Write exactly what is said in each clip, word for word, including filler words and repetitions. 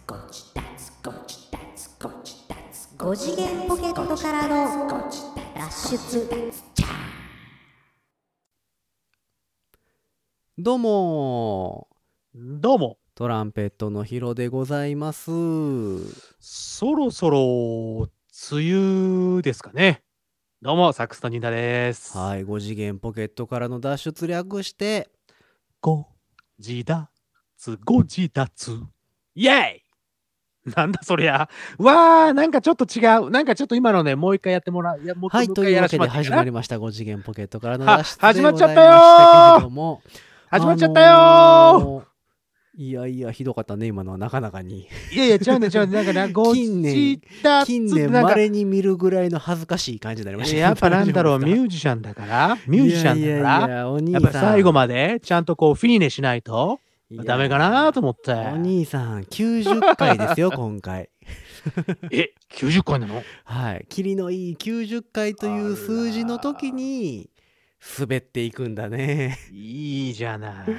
ご自元ポケットからの脱出。 どうもどうもトランペットのヒロでございます。 そろそろ梅雨ですかね。どうもサックスのニーナです。 はい、ご次元ポケットからの脱出略してご自立ご自立イエイなんだそりゃ。わー、なんかちょっと違う。なんかちょっと今のね、もう一回やってもらう。いや、もうはい、 もう一回やらというわけでせてもらっていいかな。 始まりましたご次元ポケットからの脱出はでございましたけ始まっちゃったよーれども、 始まっちゃったよー、 あのーいやいやひどかったね今のはなかなかに。 いやいや違うんだ違うんだ。なんかな、ご近自年立近年なんか稀に見るぐらいの恥ずかしい感じになりましたけど。 やっぱなんだろう、ミ大丈夫ュージシャンだからミュージシャンだからいやいやいやお兄さんやっぱ最後までちゃんとこうフィーネしないとですかダメかなと思って。 お兄さんきゅうじゅっかいですよ今回。 え、きゅうじゅっかいなの？ はい、霧のいいきゅうじゅっかいという数字の時に滑っていくんだね。 いいじゃない。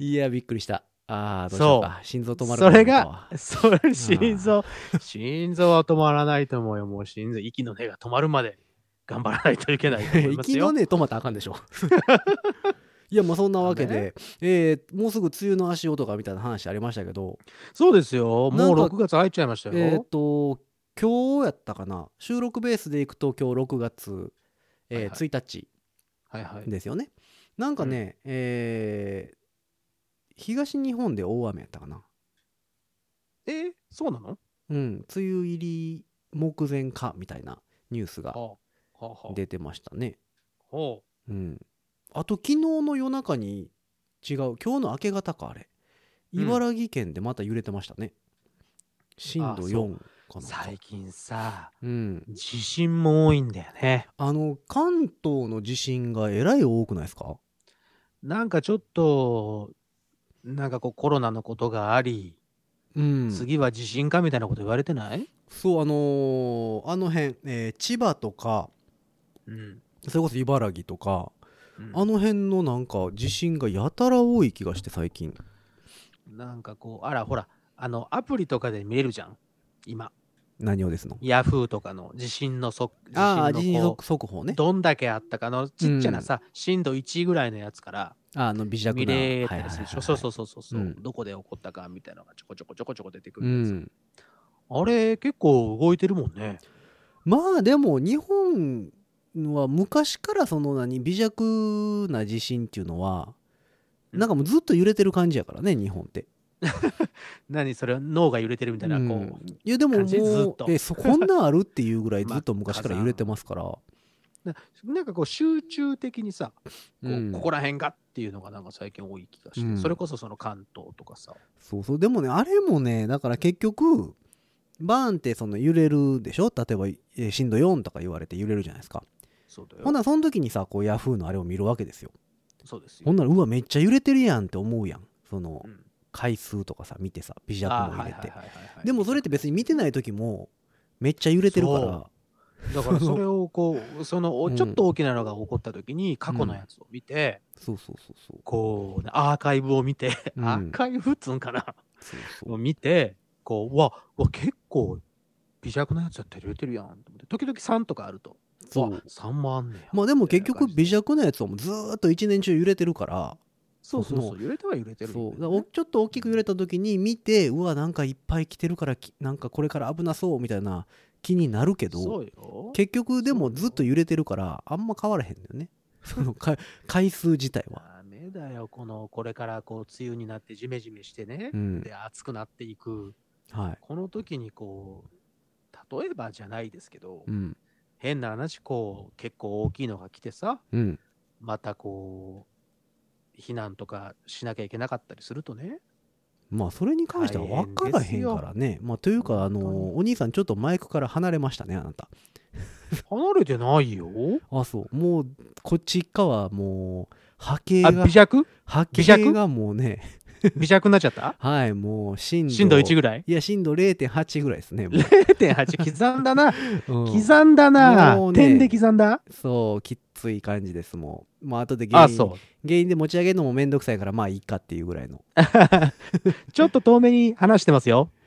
いやびっくりした。ああどうしようか、心臓止まるかそれと思ったわが、それ、心臓、心臓は止まらないと思うよ。もう心臓、息の根が止まるまで頑張らないといけないと思いますよ。 息の根止まったらあかんでしょ。いやまあそんなわけで、えーもうすぐ梅雨の足音がみたいな話ありましたけど、 そうですよ。もうなんかろくがつ入っちゃいましたよ。 えっ、と今日やったかな、収録ベースでいくと今日ろくがつ、えーはいはいついたちはいはい。 ですよね。なんかね、えー東日本で大雨やったかな。 え、そうなの？ うん、梅雨入り目前かみたいなニュースがはあ、はあ、はあ。 出てましたね。 ほうん。あと昨日の夜中に違う、今日の明け方かあれ、 うん茨城県でまた揺れてましたね。震度よんかう。 な。 最近さ、 うん。 地震も多いんだよね。 あの関東の地震がえらい多くないですか？ なんかちょっと、なんかこうコロナのことがあり、 うん。 次は地震かみたいなこと言われてない？ そうあのーあの辺、えー千葉とかうん。 それこそ茨城とか、 うんあの辺のなんか地震がやたら多い気がして最近。 なんかこう、あらほら、あの、アプリとかで見れるじゃん。今。 何をですの？ ヤフーとかの地震の速、地ああ、地震震のこ速速報ねう、。どんだけあったかの、ちっちゃなさ、震度いちぐらいのやつからああの微弱な見れたりするでしょ。そうそうう。 そうそうそう、 うんどこで起こったかみたいなのがちょこちょこちょこちょこ出てくうるやつ。 ん。 あれ、結構動いてるもんね。 まあでも日本は昔からその何微弱な地震っていうのはうんなんかもうずっと揺れてる感じやからね日本って。 何それ、脳が揺れてるみたいな、こう。 うんいやでも感じずもうっとえそこんなんあるっていうぐらいずっと昔から揺れてますから。 ななんかこう集中的にさ、こううんここら辺がっていうのがなんか最近多い気がして、 うんそれこそその関東とかさ。 そうそうでもねあれもねだから結局バーンってその揺れるでしょ。例えばえー震度よんとか言われて揺れるじゃないですか。 そうだよ。 ほんならその時にさこうヤフーのあれを見るわけですよ。 そうですよ。 ほんならうわめっちゃ揺れてるやんって思うやん。そのうん回数とかさ見てさ微弱も入れて。 あーはいはいはいはいはいでもそれって別に見てない時もめっちゃ揺れてるからだからそれをこうそのうんちょっと大きなのが起こった時に過去のやつを見て、 そうそうそうそうこうアーカイブを見て、 うんアーカイブっつうんかなそうそうを見てこううわうわ結構微弱なやつやったら揺れてるやんと思って時々さんとかあるとそうわさんもあんねやまあでも結局みたいな感じで微弱なやつはもうずーっと一年中揺れてるからそうそうそそうう揺れては揺れてるんだよね、 そうだからおちょっと大きく揺れた時に見てうわなんかいっぱい来てるからきなんかこれから危なそうみたいな気になるけどそうよ結局でもずっと揺れてるからあんま変わらへんだよねそのか回数自体は。 ダメだよこのこれからこう梅雨になってジメジメしてね、 うんで暑くなっていくはいこの時にこう例えばじゃないですけど、 うん変な話こう結構大きいのが来てさうんまたこう避難とかしなきゃいけなかったりするとねまあそれに関しては分からへんからね。まあというかあの本当にお兄さんちょっとマイクから離れましたねあなた。 離れてないよ。 あそうもうこっち側もう波形あが微弱波微弱形がもうね微弱になっちゃったはいもう震度震度いちぐらいいや震度 れいてんはち ぐらいですねもう、 れいてんはち 刻んだなうん刻んだな、 もうね点で刻んだそうきつい感じですもうまあ後で原因あそう原因で持ち上げるのもめんどくさいからまあいいかっていうぐらいのちょっと遠目に話してますよ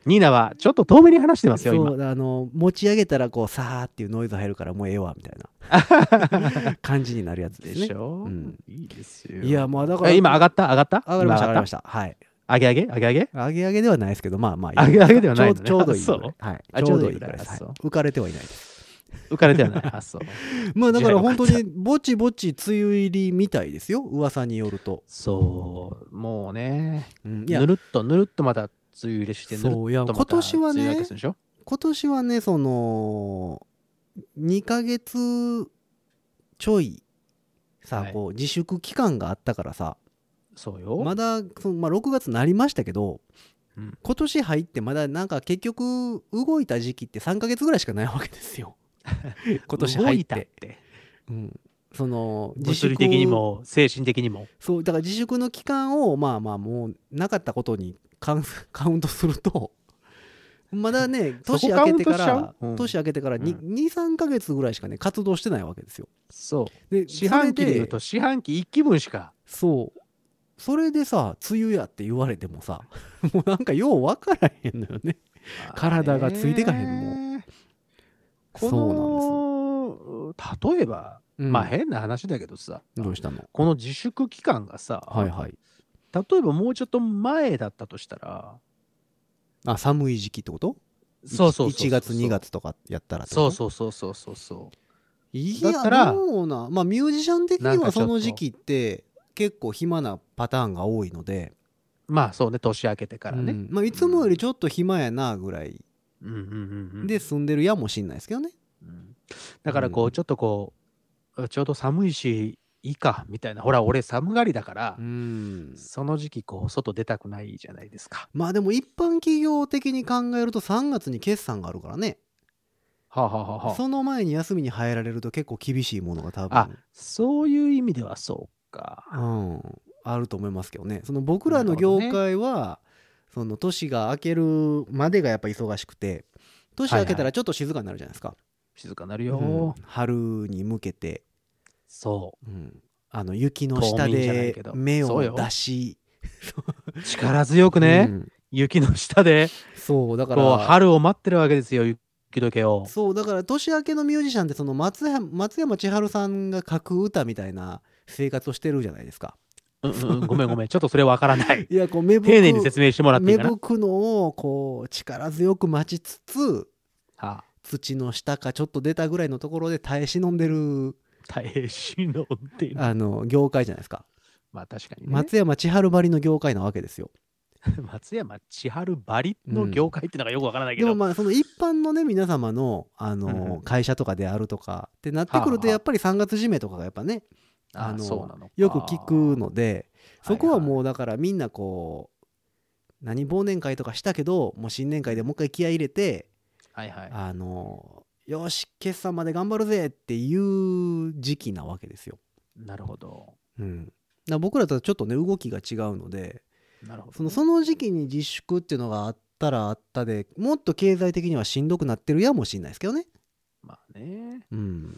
ニーナはちょっと遠目に話してますよ、今。 そうあの持ち上げたらこうさーっていうノイズ入るからもうええわみたいな感じになるやつですね。 でしょ、 うん、 いいですよ。 いやまあだからえ今上がった上がった上がりました上がりましした。はい。 た。上げ上げ上げ上げ上げ上げではないですけどまあまあ上げ上げではないのねちょうちょうどいいぐらい。 そうはい。 あちょうどいいぐらいです。はいちょうどいいぐらいあそう浮かれてはいないです。 浮かれてはない。あ、そう。 まあだから本当じゃあよにぼちぼち梅雨入りみたいですよ噂によると。 そう、もうね、 うん、いやぬるっとぬるっとまた梅雨入れして、ぬるっとそういやまた今年はね梅雨明けするでしょ。 今年はねそのにかげつちょいさ、 はいこう自粛期間があったからさそうよ。 まだその、まあ、ろくがつになりましたけど、 うん今年入ってまだなんか結局動いた時期ってさんかげつぐらいしかないわけですよ今年入っ動いたってて。 うん、その物理的にも精神的にも。 そうだから自粛の期間をまあまあもうなかったことにカウンカウントするとまだねそこ年明けてかカウントしちゃら、 ううん年明けてからに、 うんにさんかげつぐらいしかね活動してないわけですよ。 そう。 で四半期でそれ言うと四半期いっきぶんしか。 そうそれでさ梅雨やって言われてもさもうなんかよう分からへんのよね。体がついてかへんもん。こそうの例えば、 うんまあ変な話だけどさ、 どうしたの。 この自粛期間がさ、 はいはい。 例えばもうちょっと前だったとしたら、 あ寒い時期ってこと。 そうそうそうそういちがつにがつとかやったらってそうことそうそうそうそうそういやだったらどうなまあミュージシャン的にはなんかちょっとその時期って結構暇なパターンが多いので、 まあそうね、年明けてからね、 うんまあ、いつもよりちょっと暇やなぐらいうんうんうんうんで住んでるやもしんないですけどね。 うんだからこううんちょっとこうちょうど寒いしいいかみたいな、ほら俺寒がりだから、 うんその時期こう外出たくないじゃないですか。 まあでも一般企業的に考えるとさんがつに決算があるからね、 はあ、はあはあはあ、 その前に休みに入られると結構厳しいものが多分あそういう意味ではそうか。 うん、あると思いますけどね。その僕らの業界は、その年が明けるまでがやっぱ忙しくて、年明けたらちょっと静かになるじゃないですか。 静かなるよ、 うん春に向けて、 そうんあの雪の下冬眠じゃないでけど芽をそうよ出し、 う力強くね、 うん雪の下でそうだかこうら春を待ってるわけですよ、雪解けを。 そうだから年明けのミュージシャンってその松山松山千春さんが書く歌みたいな生活をしてるじゃないですか。 うんうん、ごめんごめん、ちょっとそれわからない。 いやこう芽吹く丁寧に説明してもらっていいかな。 芽吹くのをこう力強く待ちつつ、 はあ、 土の下かちょっと出たぐらいのところで耐え忍んでる耐え忍んでる。 あの業界じゃないですか。 まあ確かにね。 松山千春ばりの業界なわけですよ。 松山千春ばりの業界ってのがよくわからないけど。 でもまあその一般のね皆様のあの、 うんうん会社とかであるとかってなってくるはあはあとやっぱりさんがつ締めとかがやっぱねああのそうなのかよく聞くので、そこははいはいもうだからみんなこう何忘年会とかしたけどもう新年会でもう一回気合い入れてはいはい。 あのよし決算まで頑張るぜっていう時期なわけですよ。 なるほど。 うん、だから僕らとはちょっとね動きが違うのでなるほど。 そのその時期に自粛っていうのがあったらあったでもっと経済的にはしんどくなってるやもしれないですけどね。 まあね。 うん、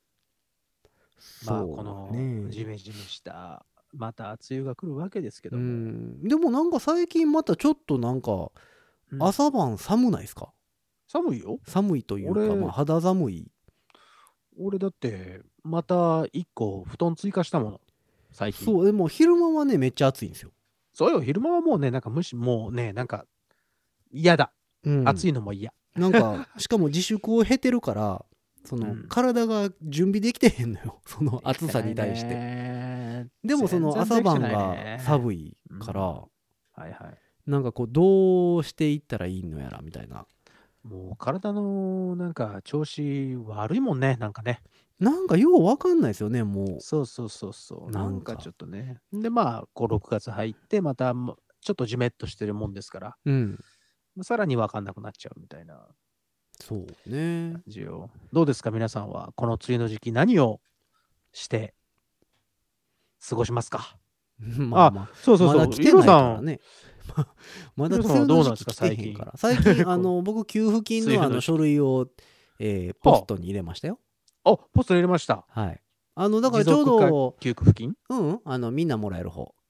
まあそうこのねジメジメしたまた梅雨が来るわけですけうども。 ん、でもなんか最近またちょっとなんかうん朝晩寒ないですか。 寒いよ。 寒いというか、 俺まあ、肌寒い。 俺だってまた一個布団追加したもの。最近。 そうでも昼間はねめっちゃ暑いんですよ。 そうよ、昼間はもうね、なんかむしもうね、なんか嫌だ。 うん、 暑いのも嫌。 なんかしかも自粛を経てるからその、 うん体が準備できてへんのよその暑さに対して。 てでもその朝晩がい。 寒いから、 はいはい。 なんかこうどうしていったらいいのやらみたいな。 もう体のなんか調子悪いもんね、なんかね。 なんかようわかんないですよねもそうそうそうそう。 なかなんんかちょっとね。で、まあ、こうろくがつ入って、またもちょっとジメッとしてるもんですから、 う。うん。 さらにわかんなくなっちゃうみたいなそうね。 感じよ。どうですか、皆さんは。この梅雨の時期、何をして過ごしますか。 まあまあ。 そうそうそう。 まだ来てないかヒロさん、 らね。まだヒロ梅雨さんはどうなんですの時期来てか最近へんから。最近あの僕給付金梅雨ののあの書類を、えーポストに入れましたよ。 あ、ポスト入れました。 はい。あのだからちょう持続化ど給付金うんあのみんなもらえる方。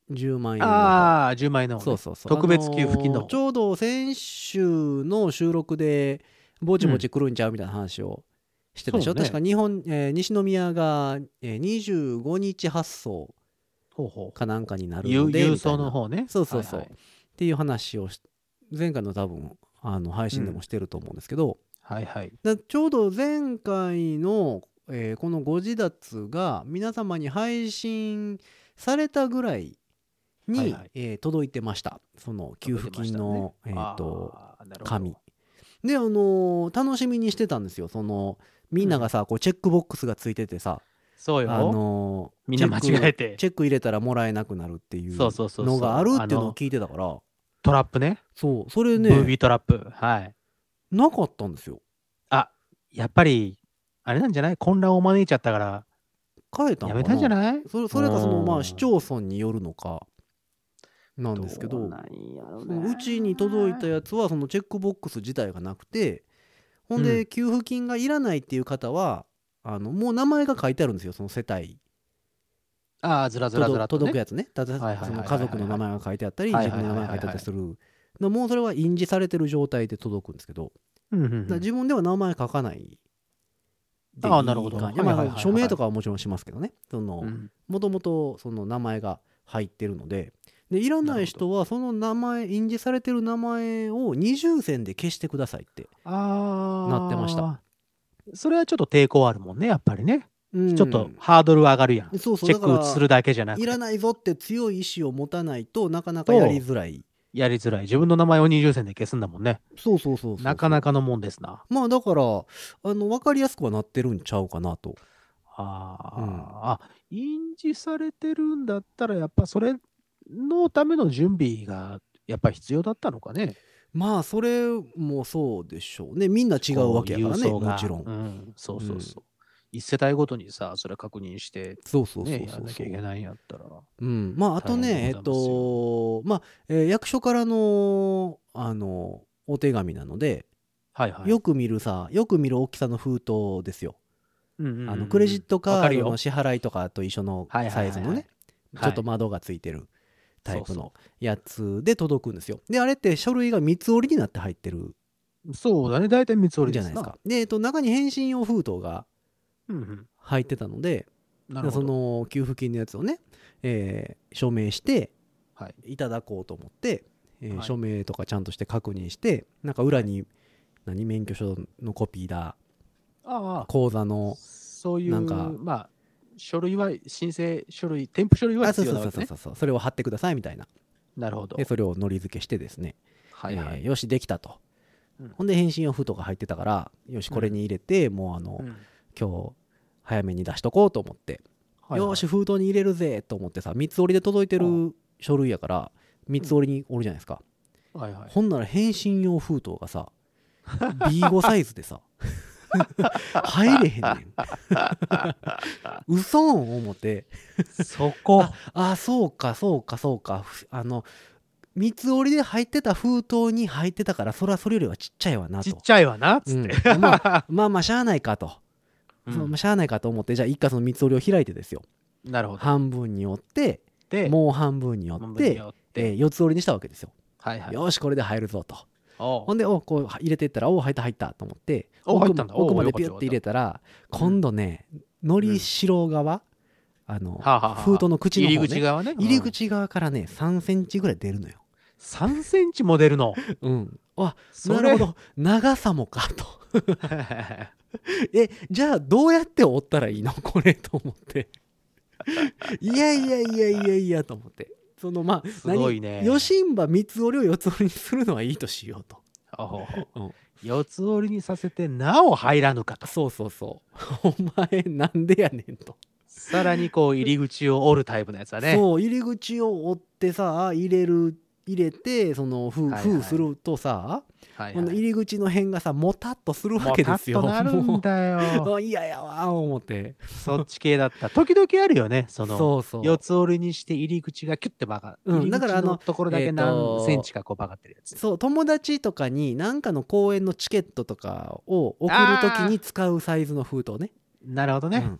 じゅうまんえんの方。 ああ、じゅうまん円の方ね、 そうそうそう。 特別給付金の方、 あのーちょうど先週の収録でぼちぼち来るんちゃうみたいな話をしてたでしょ、 そうね確か日本、えー西宮が、えーにじゅうごにち発送ほうほうかなんかになる郵ので郵送みたいなの方ね。 そうそうそう、 はいっていう話をし前回の多分あの配信でもしてると思うんですけど、 はいはい。 だちょうど前回の、えーこのご自立が皆様に配信されたぐらいに、 はいはいえー届いてましたその給付金の、 届いてましたねえーとあーなるほど紙で、あのー楽しみにしてたんですよそのみんながさ、こうチェックボックスがついててさ、 そうよ。 あのーみんな間違えてチェックチェック入れたらもらえなくなるっていうそうそうそうそうのがあるっていうのを聞いてたからトラップね。 そうそれブービねートラップ。はい。 なかったんですよ。 あ、やっぱり、あれなんじゃない？混乱を招いちゃったから、 変えたんかなやめたんじゃない？ それそれがそのまうんあ市町村によるのかなんですけど、 どうなんやろそのねうちに届いたやつはそのチェックボックス自体がなくて、ほんでうん給付金がいらないっていう方はあのもう名前が書いてあるんですよその世帯ああ、ずらずらずらっと、ね。 届くやつね。ただはいはいはいはいその家族の名前が書いてあったりはいはいはいはい自分の名前が書いてあったりするのもうそれは印字されてる状態で届くんですけど、 うんうんうだからん。 自分では名前書かないでいいああなるほど感じまはいはいはいはいあ署名とかはもちろんしますけどねその、 うんもともとその名前が入ってるので、でいらない人はその名前印字されてる名前を二重線で消してくださいって、 ああ。 なってました。 それはちょっと抵抗あるもんね、やっぱりね。 うんちょっとハードル上がるやん。 そうそうチェッだからクするだけじゃなくて。 いらないぞって強い意志を持たないとなかなかやりづらい。 やりづらい。自分の名前を二重線で消すんだもんね。 そうそうそうそうなかなかのもんですな。 まあだからあの分かりやすくはなってるんちゃうかなと。 あー、 うんあ、印字されてるんだったら、やっぱそれのための準備がやっぱ必要だったのかね。 まあそれもそうでしょうね。みんな違うわけやからね、 こう郵送がもちろん。 うん、そうそうそう。一世帯ごとにさ、それ確認して、 そうそうそうね、やそうそうんなきゃいけないんやったら。 うん、まああと大ねえっ変でございますよとまあ、えー役所からのあのお手紙なので、 はいはい。 よく見るさよく見る大きさの封筒ですよ。 うんうんうんうんあのクレジットカわかるよードの支払いとかと一緒のはいはいはいはいサイズのねはいちょっと窓がついてるタイプそうのやつで届くんですよ。であれって書類が三つ折りになって入ってるそうだね、大体三つ折りですな。 じゃないですか。で、えっと、中に返信用封筒がうんうん。 入ってたのでそなるほど。 の給付金のやつをね、えー署名してはい。 いただこうと思って、えーはい署名とかちゃんとして確認してなんか裏に何免許証のコピーだああ、 口座のそういう、 なんかまあ、書類は、申請書類、添付書類はあそうそう必要なわけね。 そうそうそうそれを貼ってくださいみたいななるほどで。それをのり付けしてですね、 はいはい。 えーよしできたと、 うんほんで返信用封筒が入ってたからよしこれに入れて、もうあの、 うん今日早めに出しとこうと思って、 はいはいよーし封筒に入れるぜと思ってさ三つ折りで届いてうる書類やから三つ折りに折るじゃないですか、 はいはい。 ほんなら返信用封筒がさ ビーファイブ サイズでさ入れへんねん嘘ん思ってそこ。 あそうかそうかそうかふあの三つ折りで入ってた封筒に入ってたからそれはそれよりはちっちゃいわなとちっちゃいわな、つうんって。 まあまあまあしゃあないかと、 うんそうまあしゃあないかと思ってじゃあ一回その三つ折りを開いてですよなるほど。 半分に折ってで、 もう半分に折半って分に折っえーて、 四つ折りにしたわけですよ、 はいはい。 よしこれで入るぞとおうほんでおこう入れていったらお入った入ったと思って奥お入ったんだ奥までおよかったピュッて入れたらた今度ねのりしろ側、あの、 はあはあはあ封筒の口の方、ね、 入り口側ね。 入りうん口側からねさんセンチぐらい出るのよ。 さんセンチも出るの。 うん、あそれなるほど長さもかとえじゃあどうやって折ったらいいのこれと思っていやいやいやいやいやと思ってそのまあすごいね何よしんば三つ折りを四つ折りにするのはいいとしようとおううん四つ折りにさせて、なお入らぬかと。 そうそうそうお前なんでやねんと、 さらにこう、入り口を折るタイプのやつだね。 そう入り口を折ってさ入れる入れてその封はいはい封するとさ、 はいこのはい。 入り口の辺がさもたっとするわけですよもたっとなるんだよ。 もう嫌やわ思ってそっち系だった。時々あるよね。その、 そうそう四つ折りにして入り口がキュッて曲がる。 うん入り口だからあののところだけえーと何センチかこう曲がってるやつ。 そう友達とかに何かの公演のチケットとかを送るときに使うサイズの封筒ねなるほどね。 うん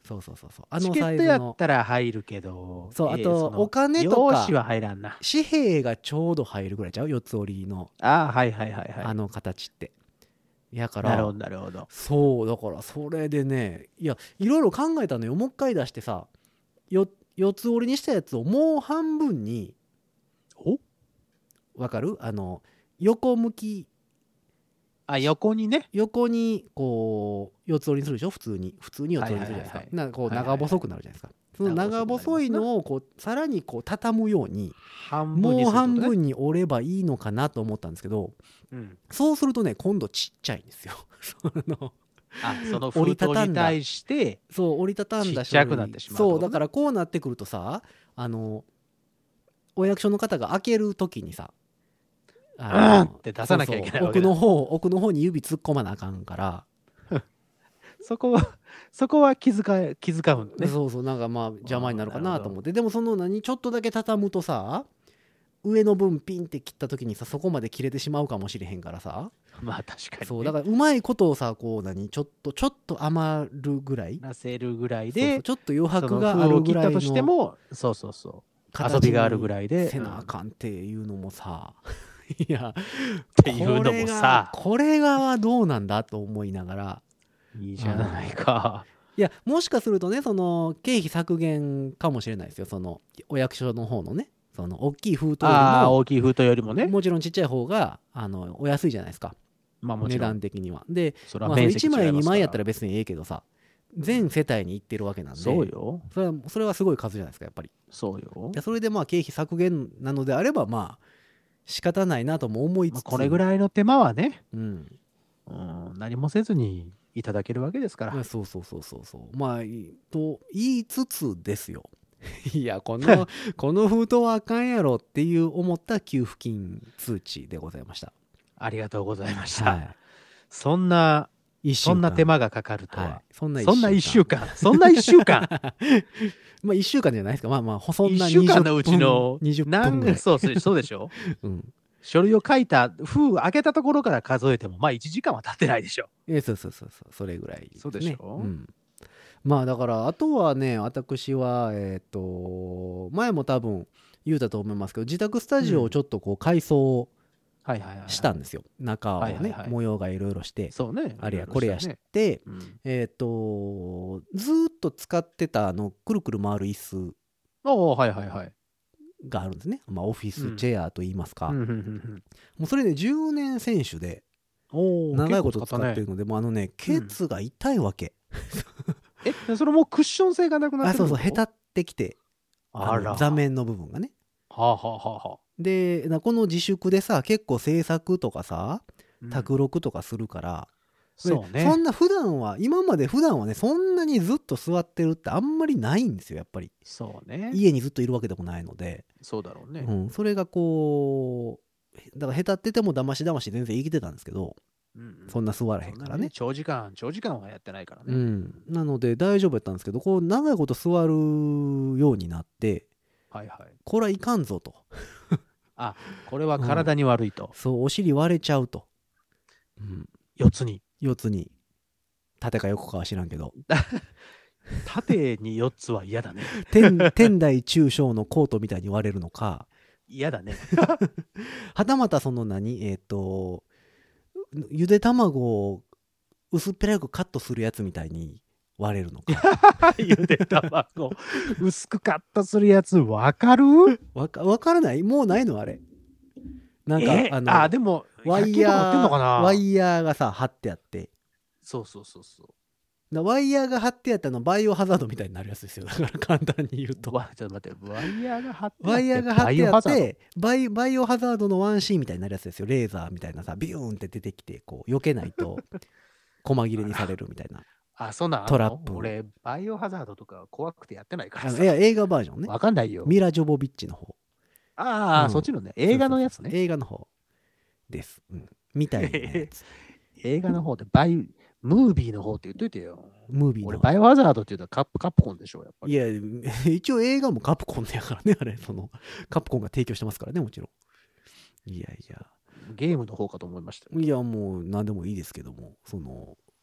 そうそうそうそうあチケのサイズのットやったら入るけど、 そうあとえーそのお金とか用紙は入らんな。 紙幣がちょうど入るぐらいちゃう四つ折りのああ、はいはいはいはい。 あの形ってやからなるほどなるほど。 そうだからそれでねいやいろいろ考えたのよもう一回出してさよ四つ折りにしたやつをもう半分におわかるあの横向きあ、横にね。 横にこう四つ折りにするでしょ普通に普通に四つ折りにするじゃないですか、 はいはいなんかこうはいはいはい長細くなるじゃないですか、その長細いのをこうさらにこう畳むように半分にもう半するってことね。 分に折ればいいのかなと思ったんですけどうん。 そうするとね今度ちっちゃいんですよそのあ、その封折りた筒にたんだ対して、 そう折りたたんだちっちゃくなってしまうってことねそうだからこうなってくるとさあのお役所の方が開けるときにさあのうんって出さなきゃいけないそうそうわけだ奥の方奥の方に指突っ込まなあかんから、 そこは、そこは気遣い、気遣うんね。 そうそうなんかまあ邪魔になるかなと思ってでもその何ちょっとだけ畳むとさ上の分ピンって切った時にさそこまで切れてしまうかもしれへんからさまあ確かに、ね。 そうだからうまいことをさこう何ちょっとちょっと余るぐらいなせるぐらいそうそうで、 ちょっと余白そのがあ封を切ったとるぐらいのしても、そうそうそう。 形遊びがあるぐらいで。 せなあかんっていうのもさいやっていうのもさ、 これがこれがはどうなんだと思いながらいいじゃないか。 いやもしかするとねその経費削減かもしれないですよそのお役所の方のねその大きい封筒よりああ、 も大きい封筒よりもね。 もちろんちっちゃい方があのお安いじゃないですか値まあもちろん。 段的にはで、 それまあ、それは面積いちまいにまいやったらら。 別にええけどさ全世帯に行ってるわけなんでそうよ。 それはそれはすごい数じゃないですかやっぱりそうよ。 でそれでまあ経費削減なのであればまあ仕方ないなとも思いつつ、 まあ、これぐらいの手間はね、 うんうん、何もせずにいただけるわけですから。 いやそうそうそうそうそうまあいと言いつつですよいやこのこの封筒はあかんやろっていう思った給付金通知でございましたありがとうございました。 はいそんな、 一週間そんな手間がかかるとは。 はい、そんなそんな一週間。そんな一週間。 まあ一週間じゃないですかまあまあそんな一週間のうちのにじゅっぷん何ぐらいそうそうそうでしょ。 うん書類を書いた封開けたところから数えてもまあいちじかんは経ってないでしょ。 えそうそうそうそうそれぐらいですねそうでしょうんまあだからあとはね私はえっ、と前も多分言うたと思いますけど自宅スタジオをちょっとこう改装はいはいはい。 したんですよ、中をね、 はいはいはい模様がいろいろしてそうね。 あれやこれやしね。 て、 うん、 えっ、とずーっと使ってたあのくるくる回る椅子おおはいはいはい。 があるんですね、まあ、オフィスチェアといいますか、 うんうんうんうんもうそれでじゅうねん選手でおお長いこと使ってる。 るので、もうあのねケツが痛いわけ、 え、それもうクッション性がなくなってるの？ あそうそうへたってきてあら。 の座面の部分がねはあはあはあはあ。 でなこの自粛でさ結構制作とかさうん卓録とかするから、 そうね。 そんな普段は今まで普段はねそんなにずっと座ってるってあんまりないんですよやっぱりそうね。 家にずっといるわけでもないので、 そうだろうね。 うん、それがこうだからへたっててもだましだまし全然生きてたんですけどうんうんそんな座らへんからね長時間、長時間はやってないからうね。 ん、なので大丈夫やったんですけどこう長いこと座るようになってはいはい。 これはいかんぞとあ、これは体に悪いと。 そうお尻割れちゃうと、うん、 四つに。 四つに縦か横かは知らんけど縦に四つは嫌だね。 天天大中小のコートみたいに割れるのか嫌だね。 はたまたその何えっ、とゆで卵を薄っぺらくカットするやつみたいに割れるのかゆで卵。薄くカットするやつわかる？ わかわからないもうないのあれなんかえあのあ、でも、 ワイひゃく均とか売ってんのヤかな？ ーワイヤーがさ貼ってあってそうそうそうそう。 だワイヤーが貼ってあったのバイオハザードみたいになるやつですよだから簡単に言うとわちょっと待って、ワイヤーが貼ってあってワイヤーが貼ってあっバイオハザードてバイバイオハザードのワンシーンみたいになるやつですよレーザーみたいなさビューンって出てきてこう避けないと細切れにされるみたいなあ、そんなんあんのトラップ俺、バイオハザードとか怖くてやってないからさあのいや映画バージョンねわかんないよ。 ミラ・ジョボビッチの方ああ、 うんそっちのね。映画のやつね。 映画の方です、うん、みたいなやつ映画の方でバイ、ムービーの方って言っといてよ。俺、 ムービーのバイオハザードって言うとカップカップコンでしょ、やっぱり。 いや一応映画もカプコンやからねあれそのカプコンが提供してますからねもちろんいやいやゲームの方かと思いましたよ。 いやもう何でもいいですけどもそのい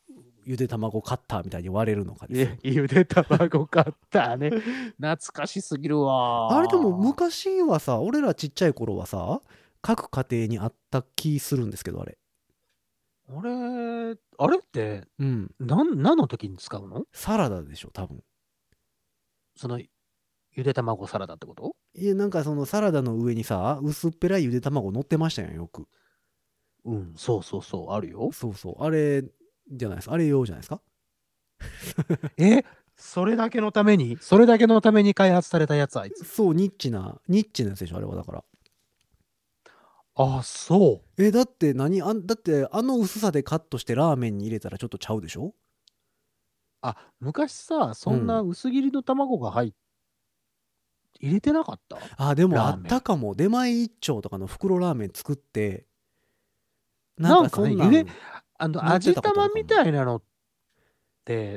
ゆで卵カッターみたいに割れるのかですよ。 えゆで卵買ったね。懐かしすぎるわ。 あれでも昔はさ、俺らちっちゃい頃はさ、各家庭にあった気するんですけど、あれ。 あれ、あれって、 うん。 なん何の時に使うの？ サラダでしょ、多分。 その、ゆで卵サラダってこと？ いや、なんかそのサラダの上にさ、薄っぺらいゆで卵乗ってましたよ、よく。 うん、そうそうそう、あるよ。 そうそう。あれじゃないですか。あれ用じゃないですか。 えそれだけのためにそれだけのために開発されたやつ、あいつ。 そう、ニッチな、ニッチなやつでしょ、あれはだから。 あ、そう。 え、だって何あんだってあの薄さでカットしてラーメンに入れたらちょっとちゃうでしょ。 あ、昔さ、そんな薄切りの卵が入っ、入れてなかった？ あ、でもあラーメンったかも。出前一丁とかの袋ラーメン作って、 なんかねそんゆであの、 乗って味たことあるかも玉みたいなのって、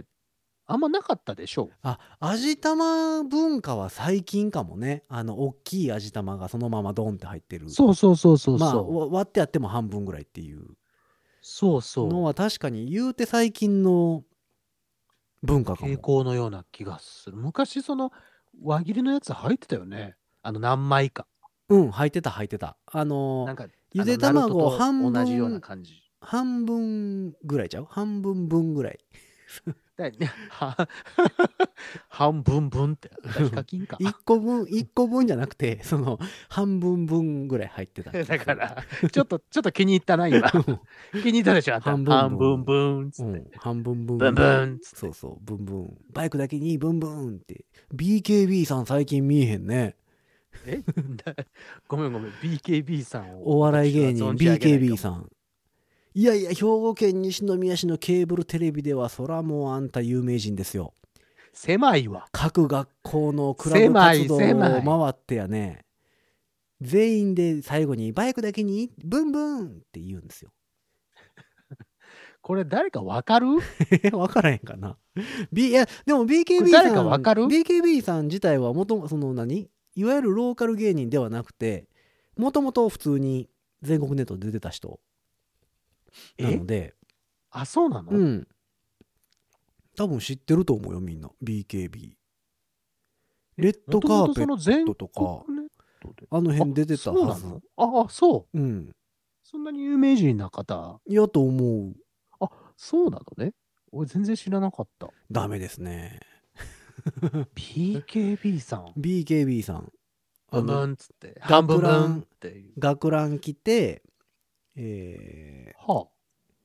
あんまなかったでしょ？ あ、味玉文化は最近かもね。あの、大きい味玉がそのままドンって入ってる。 そうそうそうそうまあ、 そう。 わ割ってやっても半分ぐらいっていうそうそう。 のは確かに言うて最近の文化か傾も。 向のような気がする。昔、その、輪切りのやつ入ってたよね。あの、何枚か。 うん、入ってた入ってた。あのなんか、 ゆで卵あの半分ナルトと同じような感じ。 半分ぐらいちゃう半分分ぐらい。 だねは半分分って、ヒカキンか。 いっこぶん、いっこぶんじゃなくて、その、半分分ぐらい入ってた。 だから、ちょっと、ちょっと気に入ったな、今。気に入ったでしょ、あんた。 半分分半分分つって。 うん、半分分。 ブンブンつって。 そうそう、ブンブン。バイクだけにブンブンって。ビーケービー さん最近見えへんね。 えだごめんごめん、ビーケービー さんを。 お笑い芸人私は存じ上げないかもビーケービー さん。いやいや、兵庫県西宮市のケーブルテレビでは、そらもうあんた有名人ですよ。 狭いわ。 各学校のクラブ活動を狭い回ってやね、全員で最後にバイクだけにブンブンって言うんですよ。 これ誰かわかる？ え、わからへんかな。B、いや、でも ビーケービーこれさん、 誰かわかるビーケービー さん自体はもともその何いわゆるローカル芸人ではなくて、もともと普通に全国ネットで出てた人なので、 あ、そうなの？ うん。多分知ってると思うよ、みんな。ビーケービー。レッドカーペットとか、あの辺出てたはず。 あ、あ、そう。 うん。 そんなに有名人な方。 いやと思う。 あ、そうなのね。俺全然知らなかった。 ダメですね。 ビーケービー さん。 ビーケービー さん。 ブンブンっつって。 学半分ラン分っていう。 学ラン着て、えー、 はあ。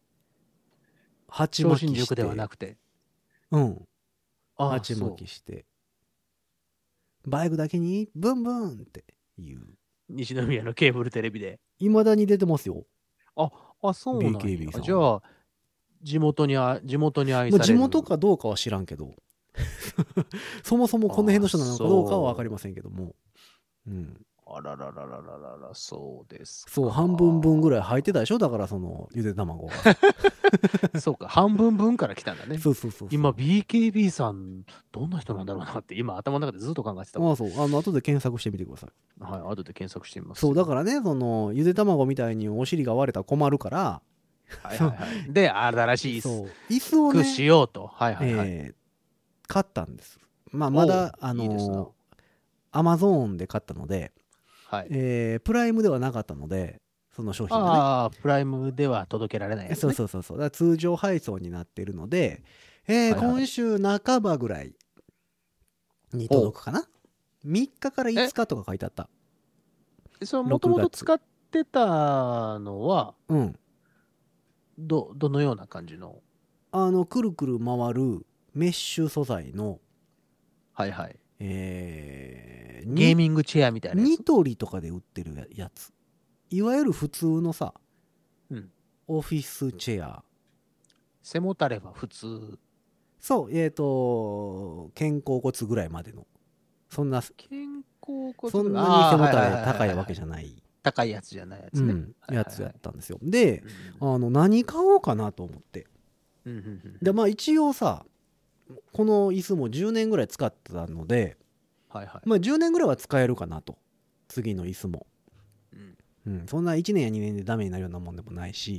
鉢超巻きして。 新塾ではなくて。 うん。 あ、 鉢巻きして。バイクだけにブンブンっていう。 西宮のケーブルテレビで。 いまだに出てますよ。 あ、あ、そうなんや。 ビーケービー さんじゃあ、地元にあ、地元に愛される。 まあ地元かどうかは知らんけど。そもそもこの辺の人なのかどうかは分かりませんけども。うん。 あららららららら、そうですか。 そう、半分分ぐらい入ってたでしょだからその、ゆで卵が。 そうか、半分分から来たんだね。 そうそうそうそう。 今、ビーケービー さん、どんな人なんだろうなって、今、頭の中でずっと考えてたわ。 ああ、そう。あの、後で検索してみてください。 はい、後で検索してみます。 そう、だからね、その、ゆで卵みたいにお尻が割れたら困るから、 はいはいはい。で、新しいそう椅、 椅子をね、 子しようと。はいはいはい。 えー買ったんです。まあ、まだ、 おうあいいですなの、アマゾーンで買ったので、 はい。 えープライムではなかったので、その商品がね。 ああ、プライムでは届けられないやつ、ね。 そうそうそうそう。だから通常配送になってるので、えーはいはい今週半ばぐらいに届くかな。みっかからいつかとか書いてあった。 そのもともと使ってたのは、 うん。 ど、どのような感じの。 あの、くるくる回るメッシュ素材の、 はいはい。 えー、 ゲーミングチェアみたいなやつ。 ニトリとかで売ってるやつ。いわゆる普通のさ、 うん。 オフィスチェア。 背もたれは普通。 そう、えっ、と、肩甲骨ぐらいまでの。そんな、 肩甲骨そんなに背もたれ高いわけゃじゃない。 高いやつじゃないやつね。 うん、やつやったんですよ。で、 うんあの、何買おうかなと思って。 うんうんうんで、まあ一応さ、この椅子もじゅうねんぐらい使ってたので、 はいはい。 まあじゅうねんぐらいは使えるかなと。次の椅子も。 うんうん、そんないちねんやにねんでダメになるようなもんでもないし、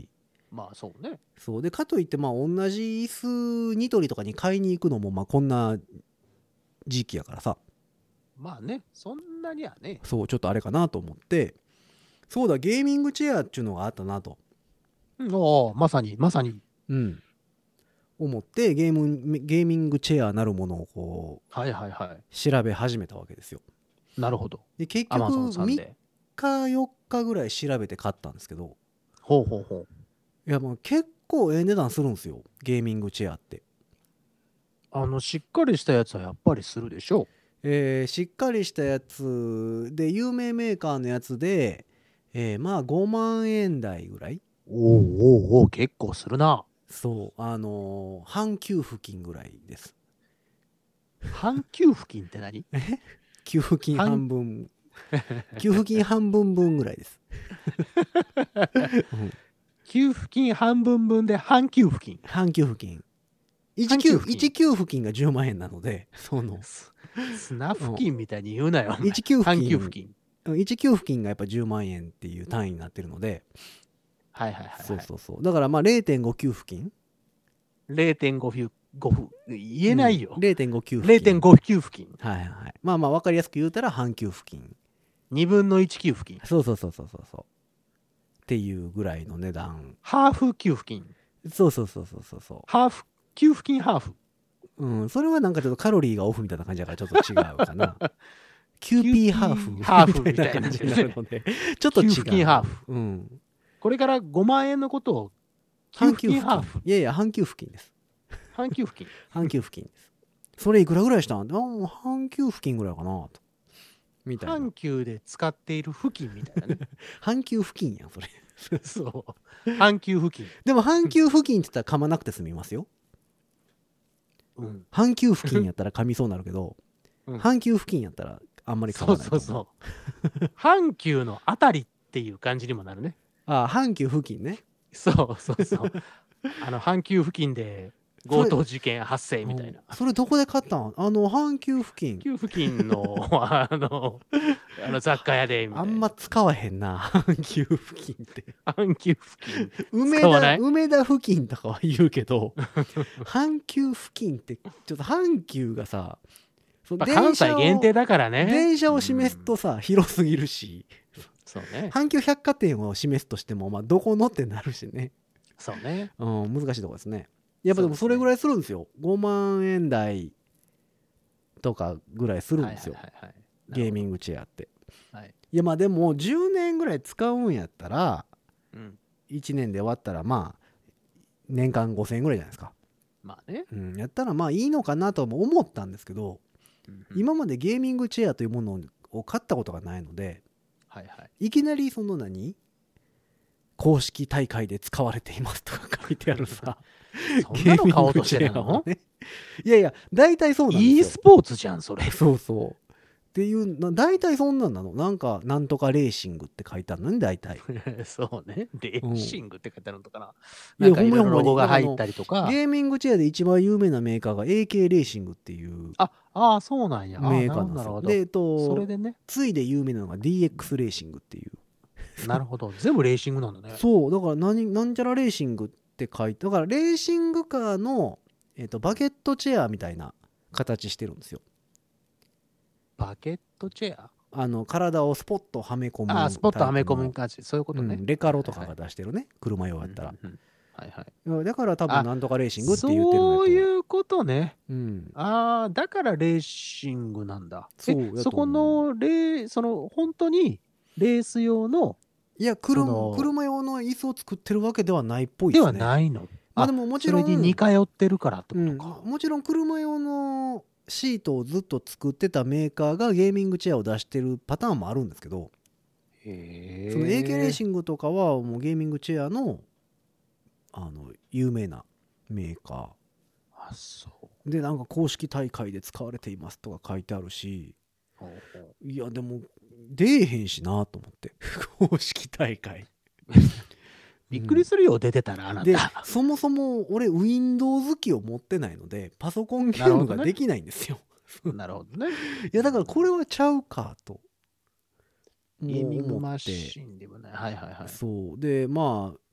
まあそうね。 そうでかといってまあ同じ椅子ニトリとかに買いに行くのもまあこんな時期やからさ、 まあね、そんなにはね。 そうちょっとあれかなと思って、そうだゲーミングチェアっていうのがあったなと、 うん、おーまさにまさに。 うん思ってゲームゲーミングチェアなるものをこはいはいはう調べ始めたわけですよ。 い。なるほど。 で結アマ局ゾンさんみっで。 かよっかぐらい調べて買ったんですけど、 ほうほうほう。 いやもう結構ええ値段するんですよゲーミングチェアって。 あの、しっかりしたやつはやっぱりするでしょえーしっかりしたやつで有名メーカーのやつで、えーまあごまんえん台ぐらい。 う。おーおーおー結構するな。 そうあのー半給付金ぐらいです。 半給付金って何？ 給付金半分給付金半分分ぐらいです、うん給付金半分分で半給付金。 半給付金いち半給付金いち給付金がじゅうまんえんなので、その砂付近みたいに言うなよ。お前いち給付金半給付金。 いち給付金がやっぱじゅうまんえんっていう単位になってるので、 はいはいはい、はい。 そうそうそうだからまあ れいてんご 給付金れいてんご 分、ご分。言えないよ。 うん、れいてんご 給付金れいてんご 給付金。 はいはいはいまあまあ分かりやすく言うたら半給付金、 にぶんのいち給付金。 そうそうそうそうそうそうっていうぐらいの値段、 ハーフ給付金。 そうそうそうそうそうそハーフ、給付金ハーフ。 ううんそれはなんかちょっとカロリーがオフみたいな感じだからちょっと違うかなキューピーハーフハーフみたいな感じになるのでちょっと違う。 給付金ハーフ。 うんこれからごまんえんのことを給付半給付金ハーフ。 金いやいや半給付金です半給付金。 半給付金ですそれいくらぐらいしたんあもう半給付金ぐらいかなとみたいな半給で使っている付近みたいなね。 半給付金やんそれそう。半給付近。 でも半給付近って言ったら噛まなくて済みますよ。 うん。 半給付近やったら噛みそうになるけど、 うん半給付近やったらあんまり噛そうまないと思そうそう。半球のあたりっていう感じにもなるね。 ああ半給付近ねそうそうそう。あの、半球付近で強盗事件発生みたいな。 うんそれどこで買ったんあの半給付近給付金の、あの、あの雑貨屋でみたいな。 あんま使わへんな半給付近って半球付近。 梅田使わない梅田付近とかは言うけど阪急付近ってちょっと阪急がさそのまあ関西限定だからね。 電車を示すとさ、広すぎるしそうね。 阪急百貨店を示すとしても、まあ、どこのってなるしね、 そうね。 うん、難しいところですね。やっぱでもそれぐらいするんですよ。ごまんえん台とかぐらいするんですよ、 はいはいはいはい、 ゲーミングチェアって。 はい。 いやまあでもじゅうねんぐらい使うんやったらうん。 いちねんで終わったらまあ年間ごせんえんぐらいじゃないですか、 まあね。 うん、やったらまあいいのかなとも思ったんですけど、 うんうん、 今までゲーミングチェアというものを買ったことがないので、 はいはい。 いきなりその何公式大会で使われていますとか書いてあるさそんなの買おうとしてるの？ ね、いやいや大体そうなんですよ。 e スポーツじゃんそれ。 そうそうっていうな大体そんなんなの。なんかなんとかレーシングって書いてあるのに大体そうね。レーシングって書いてあるのとかな。 いやなんかいろいろほんまにロゴが入ったりとか。 ゲーミングチェアで一番有名なメーカーが エーケー レーシングっていうあ、ああ、そうなんや。あメーカーなんですなるほど。 よ。で、えっと、 それでね。 ついで有名なのが ディーエックス レーシングっていうなるほど。全部レーシングなんだね。 そうだから何なんちゃらレーシングって書いてだからレーシングカーの、えっと、バケットチェアみたいな形してるんですよ。 バケットチェアあの体をスポッとはめ込むああ、スポットはめ込むタイ感じ。そういうことね。 プのうんレカロとかが出してるね、車用やったら、 うんうんうんはいはい。 だから多分なんとかレーシングって言ってるんだとそういうことね。 うんああ、だからレーシングなんだ。 そうやと思うえそこのレー、その本当にレース用のいやそ車の車用の椅子を作ってるわけではないっぽいでですはね。 ないの。 まあでももちろんそれに似通ってるからってこうん、 とか。 もちろん車用のシートをずっと作ってたメーカーがゲーミングチェアを出してるパターンもあるんですけど、 へえ。 その エーケー レーシングとかはもうゲーミングチェアのあの有名なメーカあ、そう。 ーでなんか公式大会で使われていますとか書いてあるし、 ほうほういやでも出えへんしなと思って公式大会びっくりするよ、出てたらあなでた。 そもそも俺 Windows 機を持ってないのでパソコンゲームができないんですよ、 なるほどね。 いやだからこれはちゃうかとゲーミングマ思ってシンでもない。はいはいはい。 そうでまあ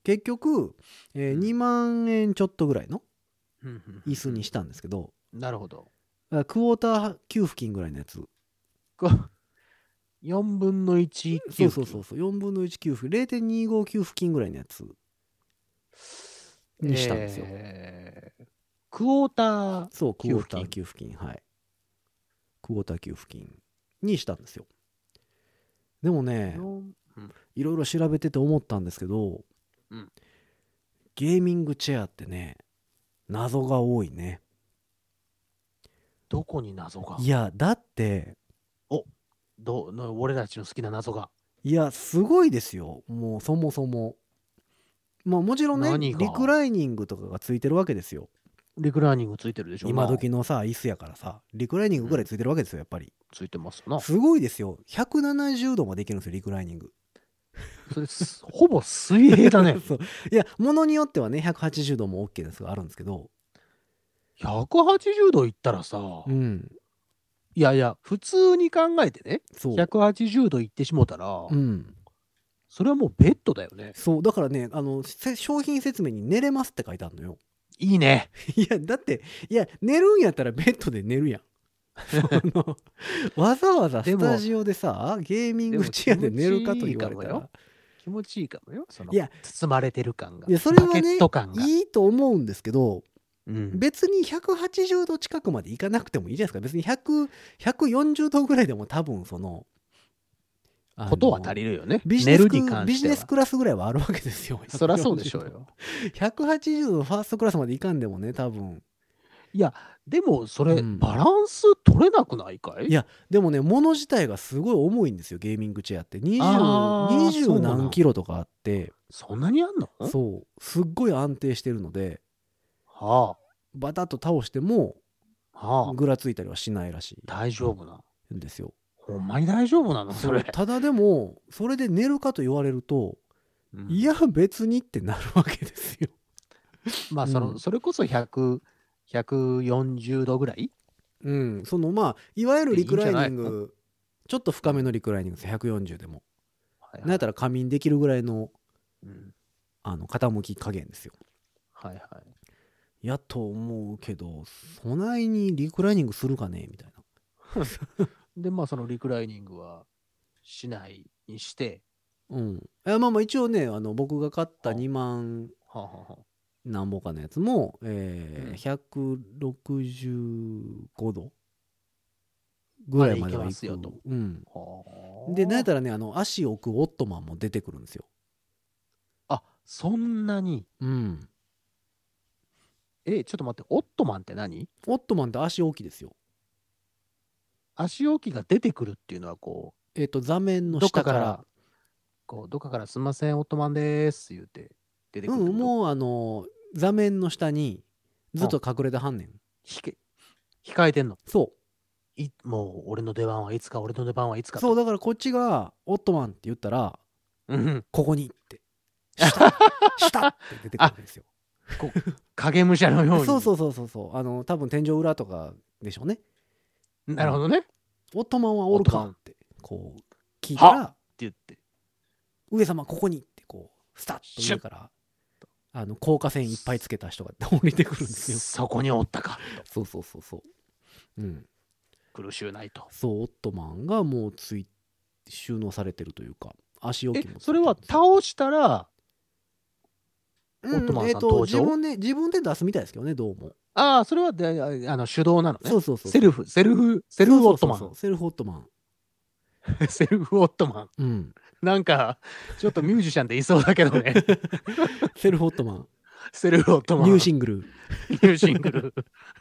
結局、えーうんにまんえんちょっとぐらいのうんうんうん椅子にしたんですけど、 なるほど。 あクォーター給付金ぐらいのやつ。 こうよんぶんのいち給付金。 そうそうそうそうよんぶんのいち給付 れいてんにご 給付金ぐらいのやつにしたんですよ。 えークォーターそうクォーター給給付金はいクォーター給付金にしたんですよ。でもねよんうんいろいろ調べてて思ったんですけど、 うんゲーミングチェアってね謎が多いね。 どこに謎が。 いやだってどの俺たちの好きな謎が。 いやすごいですよ。もうそもそもまあもちろんね何がリクライニングとかがついてるわけですよ。 リクライニングついてるでしょ。 今まあ時のさ椅子やからさリクライニングぐらいついてるわけですよやっぱり。 ついてますな。 すごいですよ。ひゃくななじゅうどもできるんですよリクライニング。 それすほぼ水平だね。 そういやものによってはねひゃくはちじゅうども OK なやつがあるんですけど、 ひゃくはちじゅうどいったらさ、 うんいやいや、普通に考えてね、 そうひゃくはちじゅうどいってしもたら、 うんそれはもうベッドだよね。 そうだからねあのせ商品説明に寝れますって書いてあるのよ。 いいね。 いやだっていや寝るんやったらベッドで寝るやん。そのわざわざスタジオでさゲーミングチェアで寝るかと言われたら気持ちいいかもよ。そのいや包まれてる感が。 いやそれはバケねット感が。 いいと思うんですけど、 うん別にひゃくはちじゅうど近くまでいかなくてもいいじゃないですか。別にひゃく、ひゃくよんじゅうどぐらいでも多分そのあのことは足りるよね。 ビジネスク寝るに関ビジしては。 ネスクラスぐらいはあるわけですよ。 そりゃそうでしょうよ。 ひゃくはちじゅうどのファーストクラスまでいかんでもね多分。 いや、でもそれ、 うんバランス取れなくないかい。 いやでもね物自体がすごい重いんですよゲーミングチェアってにじゅう、 あーにじゅそううなの何キロとかあってそんなにあんの。 そうすっごい安定してるのではバタッと倒してもあ、はあ、 ぐらついたりはしないらし大丈夫な。 いんですよ。 ほんまに大丈夫なのそれ。 ただでもそれで寝るかと言われると、 うんいや別にってなるわけですよ。 まあその、 うんそれこそひゃく、ひゃくよんじゅうどぐらい。 うん、そのまあいわゆるリクライニンいいんじゃないグちょっと深めのリクライニングですひゃくよんじゅうでもはいなんやったら仮眠できるぐらいのうんあの傾き加減ですよ。 はいはい。 やと思うけどそないにリクライニングするかねみたいな。 で、まあそのリクライニングはしないにして、 うん、いやまあまあ一応ねあの僕が買ったはあにまんはあはあはあなんぼかのやつも、えーうんひゃくろくじゅうごどぐらいまではまでいいくけますよとうん、 はあでなんやったらねあの足を置くオットマンも出てくるんですよ。 あ、そんなに。 うん、 え、ちょっと待って、オットマンって何？ オットマンって足置きですよ。 足置きが出てくるっていうのはこえっ、と座面う、 のどっかか下からら、こう、どっかからすみません、オットマンでーす言うて出てくるってこと。 うん、もうあの座面の下にずっと隠れてはんねん。 ひけ控えてんの。 そいもう俺の出番はいつか、俺の出番はいつかと。 うそうだからこっちがオットマンって言ったらうん。 ここにって下下って出てくるわけですよ。 こう影武者のように。 そうそうそうそうそうあの多分天井裏とかでしょうね。 なるほどね。ってオットマンはおるオットマンかってこう聞いたら言って。 上様ここにってこうスタッと上からあの効果線いっぱいつけた人が降りてくるんですよ。 そこにおったか。 そうそうそうそう。うん。 苦しゅうないと。 そうオットマンがもうつい収納されてるというか足置えきもついてるんですよ。 それは倒したら、 うんオットマンさんえっと登場自分で自分で出すみたいですけどねどうも。 ああ、それはであの手動なのね。 そうそうそう。 セルフ、セルフ、セルフオットマン。 そうそうそうセルフオットマン。 セルフオットマン。 うん。 なんか、ちょっとミュージシャンでいそうだけどね。 セルフオットマン。 セルフオットマン。 ニューシングル。 ニューシングル。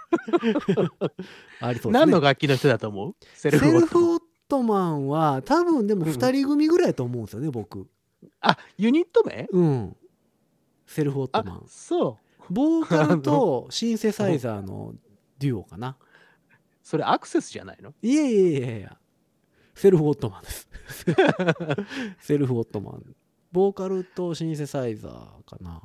ありそうですね。 何の楽器の人だと思う？セルセルフオットマン。 フオットマンは多分でもふたり組ぐらいだと思うんですよね僕。 あ、ユニット名？ うん。セルフオットあマン。、 そう。 ボーカルとシンセサイザーのデュオかな。 それアクセスじゃないの？ いやいやいやいや。セルフオットマンです。セルフオットマン。ボーカルとシンセサイザーかな。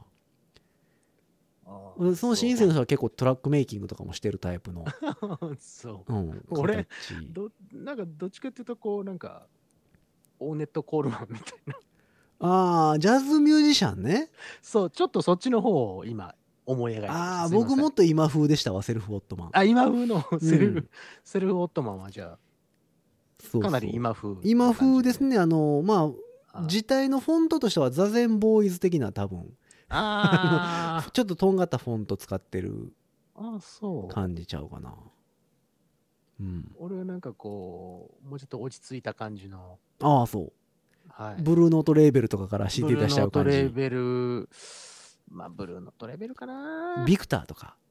そのシンセの人は結構トラックメイキングとかもしてるタイプの。 そう。 うん、 俺形どなんかどっちかっていうとこうなんかオーネットコールマンみたいな。 ああ、ジャズミュージシャンね。 そう、ちょっとそっちの方を今思い描いてます。 ああ、 すいません僕もっと今風でしたわ、セルフオットマン。 あ、今風のセルフ、 うん、 セルフオットマンはじゃそうそうあ、かなり今風。 今風です。ね。あの、まあ、 あ字体のフォントとしては、ザゼンボーイズ的な多分、 あちょっととんがったフォント使ってるー、あ、そう。 感じちゃうかな。うん。 俺はなんかこう、もうちょっと落ち着いた感じの、 ああ、そう。 はい。 ブルーノートレーベルとかから知って出しちゃう感ブルーノートレーじ。 ベル、まあ、ブルーノートレーベルかな。 ビクターとか。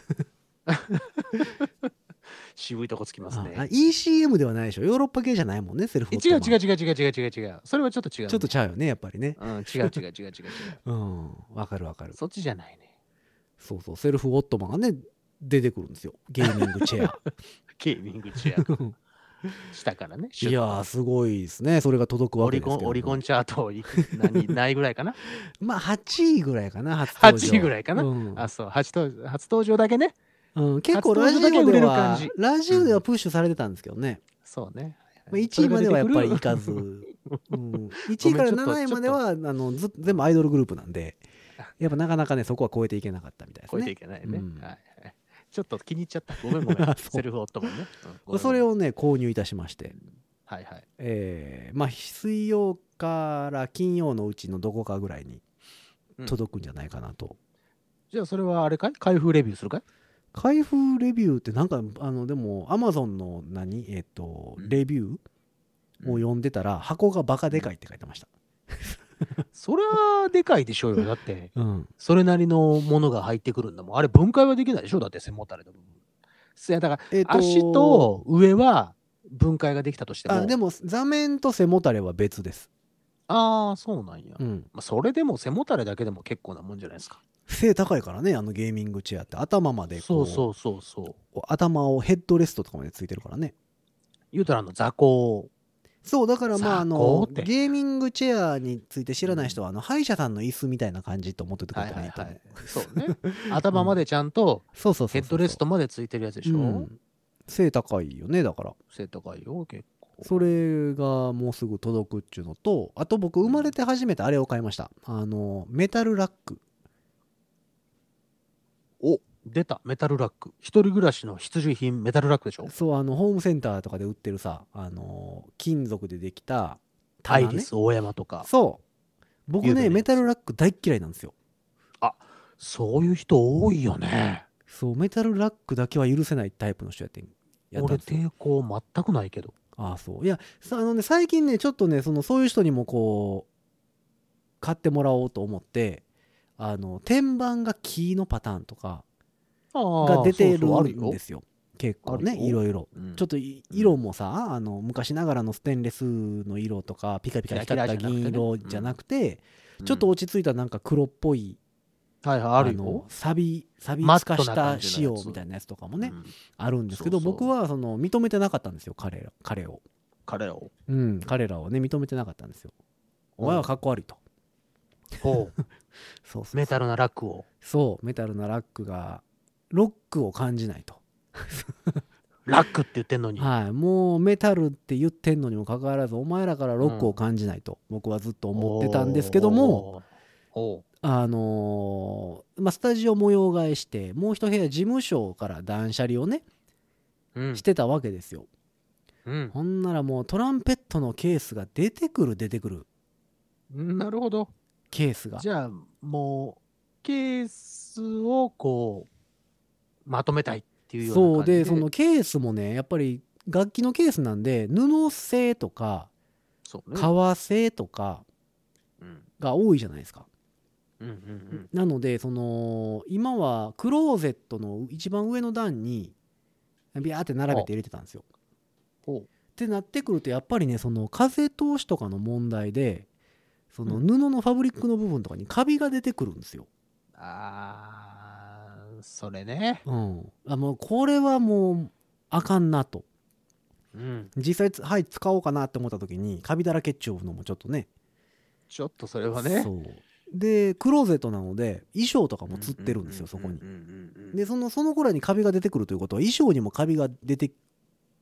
渋いとこつきますああね。 イーシーエム ではないでしょ。ヨーロッパ系じゃないもんね、セルフえオットマン。 違う違う違う違う違う違う違う。それはちょっと違う、ね。 ちょっとちゃうよね、やっぱりね。 うん、違う違う違う違う違う違う。 うん、わかるわかる。 そっちじゃないね。 そうそう、セルフオットマンがね、出てくるんですよ。ゲーミングチェア。 ゲーミングチェア。下からね。 いやー、すごいですね。それが届くわオリけですけども。 コンオリコンチャートい何ないぐらいかな。 まあ、はちいぐらいかな、初登場。 はちいぐらいかな。 うんあ、そう、初登初登場だけね。 うん、結構ラジ初登場だけ売オではれる感じ、 ラジオではプッシュされてたんですけどね。 そうね。 まあ、いちいまではやっぱりいかず。 ず、うん、いちいからなないまではあのず全部アイドルグループなんで、やっぱなかなかね、そこは超えていけなかったみたいですね。 超えていけないね。 うんはいはい。ちょっと気に入っちゃった。ごめんごめん。 あそうセルフオットマンね。うんごめんごめんそれをね、購入いたしまして、 はいはい。 えーまあ、水曜から金曜のうちのどこかぐらいにうん届くんじゃないかなと。 じゃあそれはあれかい開封レビューするかい。 開封レビューってなんか、あの、でも、アマゾンの何、えっ、と、 うんレビューを読んでたら、箱がバカでかいって書いてました。 それはでかいでしょうよ。だって、 うん。 それなりのものが入ってくるんだもん。あれ分解はできないでしょ。だって背もたれの部分。いやだから、 えっ、と、 足と上は分解ができたとしても。 あ、でも、座面と背もたれは別です。 ああ、そうなんや。 うん。 まあ、それでも背もたれだけでも結構なもんじゃないですか。 背高いからね、あのゲーミングチェアって。頭までこそうそうそうそう。 こう頭をヘッドレストとかまでついてるからね。 言うたらあの座高。 そう、だからまあ、あ雑魚の、 ってゲーミングチェアについて知らない人は、あの、歯医者さんの椅子みたいな感じと思っててくはいれたらいいと思う。 はいはい。そうね。頭までちゃんとそうそうそうそう。 ヘッドレストまでついてるやつでしょ。 うん背高いよね、だから。 背高いよ、結構。 それがもうすぐ届くっちゅうのと、あと僕生まれて初めてあれを買いました。あの、メタルラック。 お、出た。メタルラック。一人暮らしの必需品、メタルラックでしょ。 そう、あの、ホームセンターとかで売ってるさ、あの、金属でできたア棚ね。 イリス大山とか。 そう。僕ね、 有名なやつメタルラック大っ嫌いなんですよ。 そういう人多いよね。 そう、メタルラックだけは許せないタイプの人やってんやったん俺ですよ。 抵抗全くないけど。 ああ、そう。いや、さあのね、最近ね、ちょっとね、その、そういう人にもこう、買ってもらおうと思って、あの、天板が木のパターンとかが出てるそうそうあるよんですよ。結構ね、 あるよいろいろ。 うんちょっとい色もさ、あの、昔ながらのステンレスの色とか、ピカピカ光った銀色じゃなくて、ちょっと落ち着いたなんか黒っぽい、 はいはい、あるのよ。 錆び、錆びマッつかしトな感たじのやつ仕様みたいなやつとかもね、 うんあるんですけど、 そうそう僕はその認めてなかったんですよ、彼ら、彼を。 彼を。 うん、彼らをね、認めてなかったんですよ。お前はかっこ悪いと。 ほう。 そうそうメタルなラックを。 そう、メタルなラックが、ロックを感じないと。 ラックって言ってんのに。 はい、もうメタルって言ってんのにもかかわらず、お前らからロックを感じないと、僕はずっと思ってたんですけども、 ほあのーまあ、スタジオ模様替えして、もう一部屋事務所から断捨離をね、 う。うん。 してたわけですよ。 うん。 ほんならもうトランペットのケースが出てくる出てくるなるほど。 ケースが。 じゃあ、もう、ケースをこう、まとめたいっていうようなそう感じで。 で、そのケースもね、やっぱり楽器のケースなんで、布製とか、 そうね。 革製とかうん。 が多いじゃないですか。 うんうんうん。 なので、その、今はクローゼットの一番上の段に、ビャーって並べて入れてたんですよ。 ほう。 ってなってくると、やっぱりね、その風通しとかの問題で、そのうん布のファブリックの部分とかにカビが出てくるんですよ。 あー、それね。 うん。あ、もうこれはもうあかんなと。 うん。 実際つ、はい、使おうかなって思った時に、カビだらけっちゅうのもちょっとね。 ちょっとそれはね。 そう。で、クローゼットなので、衣装とかもつってるんですよ、そこにうん。うんうんうんで、その、その頃にカビが出てくるということは、衣装にもカビが出て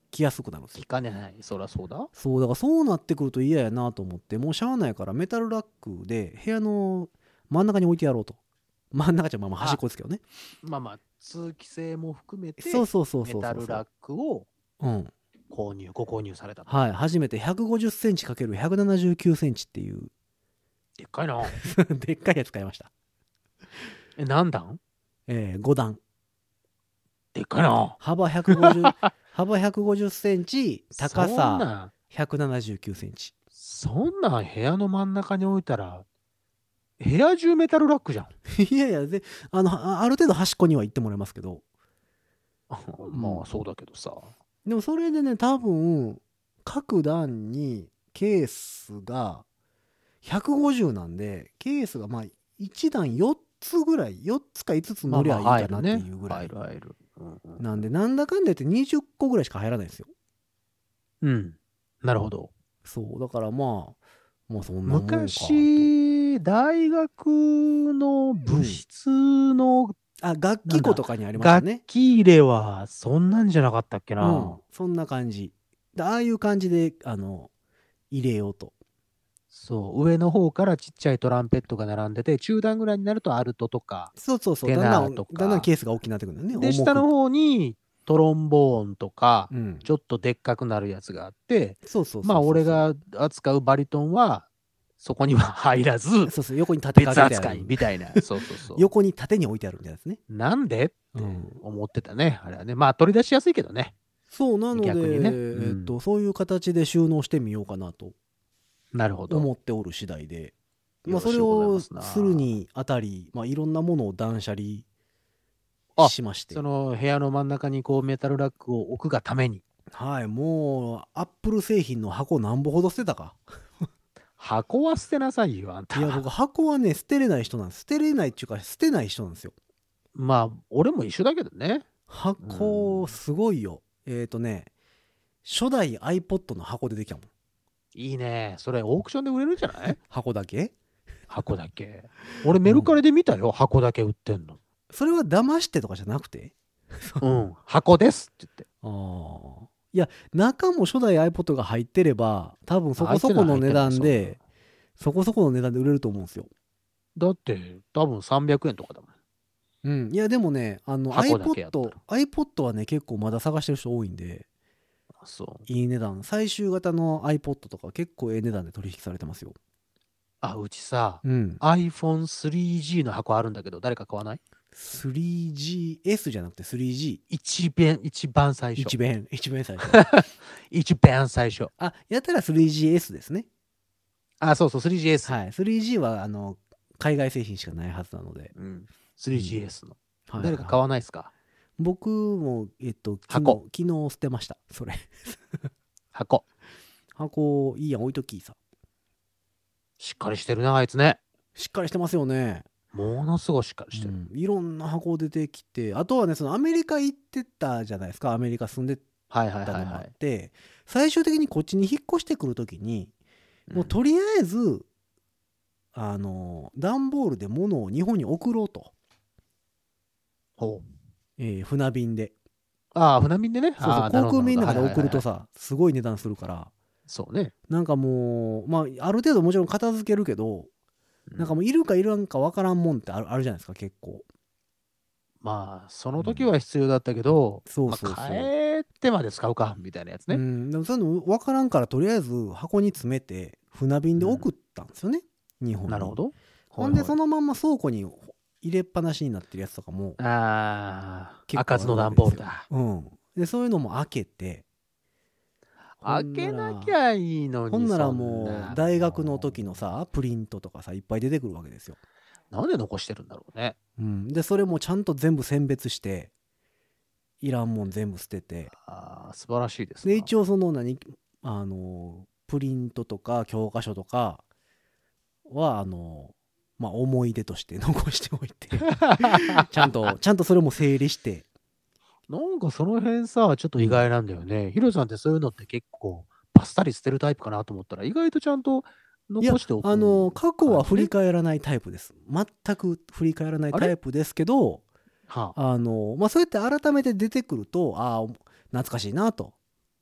来やすくなるんですよ。 聞かねない。そりゃそうだ。 そうだからそうなってくると嫌やなと思って、もうしゃあないからメタルラックで部屋の真ん中に置いてやろうと。真ん中じゃまあまあ端っこですけどね。 まあまあ、通気性も含めて、 そうそうそうそうそう。 メタルラックをうん。 購入、ご購入されたと。 はい。初めてひゃくごじゅっセンチかけるひゃくななじゅうきゅうセンチっていうでっかいな。 でっかいやつ買いました。 え、何段？ えー、ご段。 でっかいな。 幅ひゃくごじゅう幅ひゃくごじゅっセンチ、高そんさなんひゃくななじゅうきゅうセンチ。 そんなん部屋の真ん中に置いたら、部屋中メタルラックじゃん。 いやいやであのあある程度端っこには行ってもらいますけど、 まあそうだけどさ。 でもそれでね多分各段にケースがひゃくごじゅうなんで、ケースがまあいち段よっつぐらい、よっつかいつつ乗りゃいいかなっていうぐらい入る入る。うんうんなんで、なんだかんだ言ってにじゅっこぐらいしか入らないんですよ。 うん。なるほど。 そうだからまあもうそんなもんかと。 昔、大学の部室のあ楽器庫とかにありました楽ね。 器入れはそんなんじゃなかったっけうんな。、 そんな感じで、ああいう感じであの入れようと。 そう、上の方からちっちゃいトランペットが並んでて、中段ぐらいになるとアルトとか、 そうそうそう、 テだんだんナーとかだんだんケースが大きくなってくるんだよね。 で、 重く下の方にトロンボーンとか、 うん、 ちょっとでっかくなるやつがあって、 そうそうそうそう、 まあ俺が扱うバリトンは、そこには入らず、 そうそう横に縦別かけてある扱いみたいな。そうそうそう。 横に縦に置いてあるみたいなやつね。 なんでってうん思ってたね。あれはね。まあ取り出しやすいけどね。 そうなので、 逆にねうんえっとそういう形で収納してみようかなとなるほど。 思っておる次第で、まあ、 よろしゅうそれをございますなするにあたり、まあ、いろんなものを断捨離あしまして、 その部屋の真ん中にこうメタルラックを置くがために、 はいもうアップル製品の箱何ぼほど捨てたか。 箱は捨てなさいよ、あんた。 いや僕箱はね捨てれない人なんです。捨てれないっていうか捨てない人なんですよ。 まあ、俺も一緒だけどね。 箱すごいよ。えっとね初代 iPod の箱でできたもん。 いいね。それオークションで売れるんじゃない箱だけ。 箱だけ。俺メルカリで見たよ、箱だけ売ってんの。 それは騙してとかじゃなくて、 うん、箱ですって言って。 ああいや中も初代 iPod が入ってれば多分そこそこの入ってない値段入ってないでそこそこの値段で売れると思うんですよ。 だって、多分さんびゃくえんとかだもん。 うん、いやでもねあの箱だけやったら iPod, iPod はね結構まだ探してる人多いんで、 あそう。 いい値段、最終型の iPod とか結構ええ値段で取引されてますよ。 あ、うちさ、 うんアイフォンスリージー の箱あるんだけど、誰か買わない？ スリージーエス じゃなくて スリージー一番、一番最初。 一番一番最初一番最初。 あやったら スリージーエス ですね。 あ、そうそう、スリージーエス。 はい スリージー はあの海外製品しかないはずなので、 うん。スリージーエス の。 はい誰か買わないですか？ 僕もえっと昨日箱昨日捨てましたそれ。 箱。 箱いいやん置いときさ。 しっかりしてるな、あいつね。 しっかりしてますよね。 ものすごいしっかりしてる。 うん、いろんな箱出てきて、あとはねそのアメリカ行ってたじゃないですか。アメリカ住んではいはいたのもあはいはい。 って、最終的にこっちに引っ越してくるときに、もうとりあえずあの段ボールで物を日本に送ろうと、 ほう。 えー船便で。 ああ、船便でね。 そうそうあー航空便の中で送ると。 なるほどはいはいはいはいさすごい値段するから、 そうね。 なんかもうまあある程度もちろん片付けるけど、なんかもういるかいらんかわからんもんってある、あるじゃないですか結構。 まあ、その時は必要だったけど、 そうそうそうまあ、帰ってまで使うか、みたいなやつね。 うん、でもそういうの分からんからとりあえず箱に詰めて船便で送ったんですよね、日本に。 なるほど。 ほんではいはいそのまんま倉庫に入れっぱなしになってるやつとかも、 ああ、 結構開かずの段ボールだ。 うん、でそういうのも開けて、 開けなきゃいいのに。 ほんならそんもなう大学の時のさプリントとかさいっぱい出てくるわけですよ。 なんで残してるんだろうね。 うん、でそれもちゃんと全部選別していらんもん全部捨てて、 ああ、素晴らしいですね。 で一応その何あのプリントとか教科書とかはあのまあ思い出として残しておいてちゃんとちゃんとそれも整理して。 なんかその辺さ、ちょっと意外なんだよね。ヒロさんってそういうのって結構バッサリ捨てるタイプかなと思ったら、意外とちゃんといや残しておく。 あの過去は振り返返らないタイプです。全く振り返らないタイプですけど、 はあ、 あのまあそうやって改めて出てくると、ああ懐かしいなと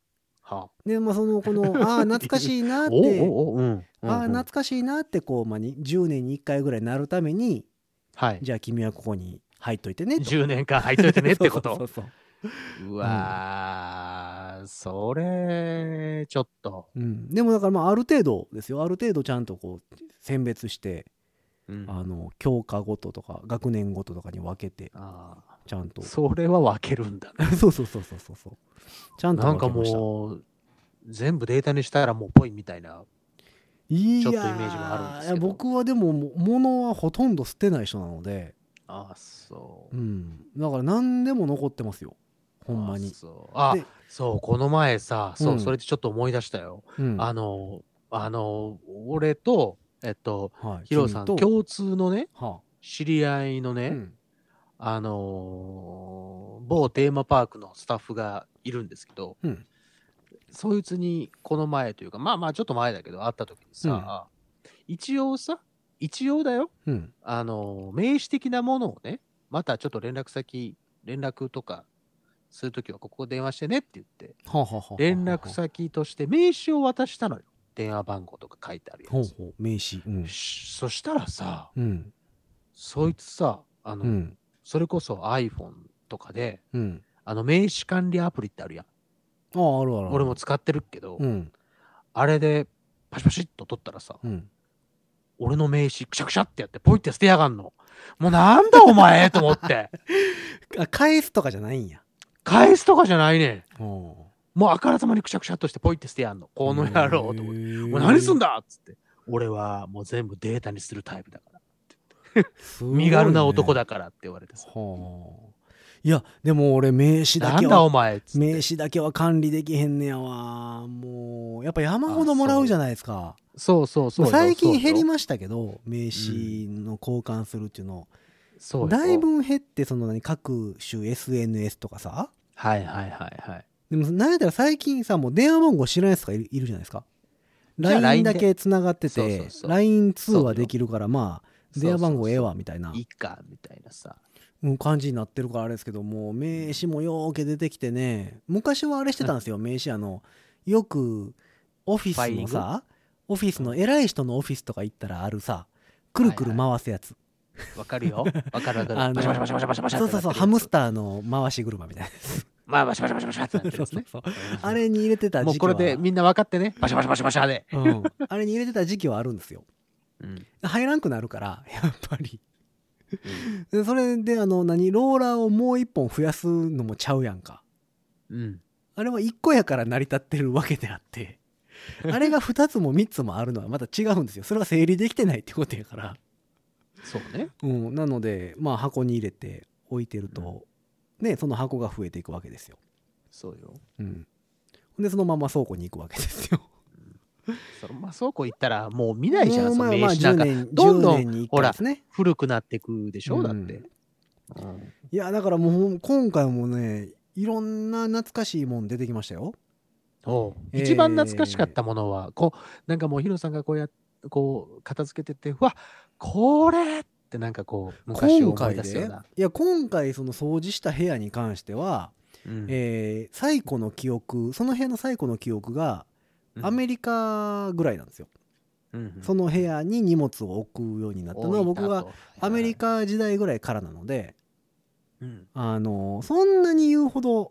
はで、まあ、そのこのああ懐かしいなっあ、 ておおお、うん。 ああうんうん懐かしいなってこう、まあ、にじゅうねんにいっかいぐらいなるためにはい。 じゃあ君はここに入っといてねとじゅうねんかん入っといてねってこそうそとうそううわー、それ、ちょっと。 そう、うん、でもだからまあある程度ですよある程度ちゃんとこう選別してうんあの教科ごととか学年ごととかに分けてあちゃんとーそれは分けるんだね。 そうそうそうそうそうそうちゃんとなんか分けましたもう、全部データにしたらもうぽいみたいな。 いやちょっとイメージもあるんですけどいや僕はでもも物はほとんど捨てない人なので、 ああ、そうう。ん、だから何でも残ってますよほんまにあそう。あで、 そう、この前さ、そう、 うんそれでちょっと思い出したよ。 うんあの、あの、俺と、えっと、 はいヒロさん、 君と共通のね、 は知り合いのあ、 ね、 うんあのー某テーマパークのスタッフがいるんですけど、 うんそいつにこの前というか、まあまあちょっと前だけど、会った時にさ、一応さ、一応だよ、 うんあのー名詞的なものをね、またちょっと連絡先、連絡とかするときはここ電話してねって言って、 はあはあはあはあ連絡先として名刺を渡したのよ。電話番号とか書いてあるやつ。 ほうほう名刺うんしそしたらさ、 うんそいつさ、あの、 うんそれこそ iPhone とかで、 うんあの名刺管理アプリってあるやん。 あああるあるある俺も使ってるけど、 うんあれでパシパシッと取ったらさ、 うん俺の名刺くしゃくしゃってやってポイって捨てやがんの。もうなんだお前と思って。 あ返すとかじゃないんや返すとかじゃないねん。 おもうあからさまにくしゃくしゃっとしてポイって捨てやんの。この野郎と思って。もう何すんだっつって。俺はもう全部データにするタイプだから。身軽な男だからって言われてさ。 はあいやでも俺名刺だなんだおけは前っつって。 名刺だけは管理できへんねやわもうやっぱ山ほどもらうじゃないですかそうそうそうよ。 最近減りまましたけど名刺の交換するっていうの、 そうよだいぶ減ってその何各種 エスエヌエス とかさはいはいはいはい。 でもなんやったら最近さもう電話番号知らないやつがいるいるじゃないですかじゃあライン だライン でけつながってそうてそうそうライン 通話できるからまあ電話番号ええわみたいないいかみたいなさ。 うん感じになってるからあれですけども名刺もよーけ出てきてね昔はあれしてたんですよ名刺あのよくオフィスのさオフィスの偉い人のオフィスとか行ったらあるさくるくる回すやつわかるよ。わかるわかる。 あのバシャバシャバシャバシャバシャそうそうそうってなってるやつハムスターの回し車みたいなやつまあバシャバシャバシャバシャってなってるやつね。 そうそうあれに入れてたもう時期はこれでみんな分かってね。バシャバシャバシャバシャで。 うんあれに入れてた時期はあるんですようん入らんくなるからやっぱりでそれであの何ローラーをもう一本増やすのもちゃうやんかうん。 あれは一個やから成り立ってるわけであってあれが二つも三つもあるのはまた違うんですよそれは整理できてないってことやから、 そうね。 うん、なのでまあ箱に入れて置いてると、ねその箱が増えていくわけですよ、 そうよ。 うん、でそのまま倉庫に行くわけですよそのまあ倉庫行ったらもう見ないじゃん。そのもうまあまあ名刺なんかじゅうねんどんどじゅうねんにん一回ですね古くなってくでしょ、 うんだって。うんいやだからもう今回もねいろんな懐かしいもん出てきましたよおうえー一番懐かしかったものは、こうなんかもうヒロさんがこうやこう片付けてて、うわこれってなんかこう昔を思い今回で出すような。 いや今回その掃除した部屋に関しては、 うんえー最古の記憶その部屋の最古の記憶がアメリカぐらいなんですよ、 うんうんその部屋に荷物を置くようになったのは僕が置いアメリたとカ時代ぐらいからなのでうんあのそんなに言うほど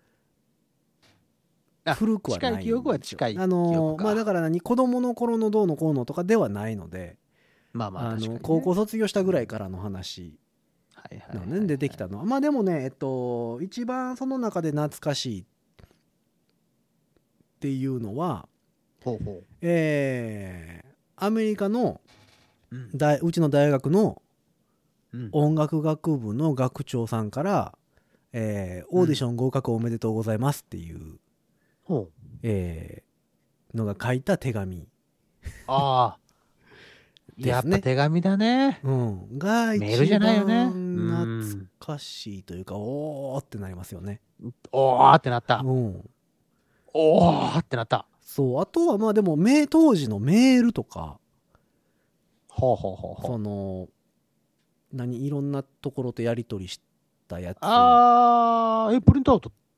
あ古くはないんですよ近い記憶は近い記憶かあのまあだから何子供の頃のどうのこうのとかではないのでまあまああ確かにねの高校卒業したぐらいからの話はいはいなはいはいのね出てきたのはまあでもねえっと一番その中で懐かしいっていうのはほうほえーアメリカのううん大うちの大学のうん音楽学部の学長さんから、えーオーディション合格おめでとうございますっていう、 ほうえーのが書いた手紙、 ああですねやっぱ手紙だねうん、がメールじ一ゃないよね番懐かしいというかおーってなりますよね。 おーってなったうん、 おーってなったそうあとはまあでもメ当時のメールとかほうほうほうほそうの何いろんなところとやり取りしたやつあーえプリントアウト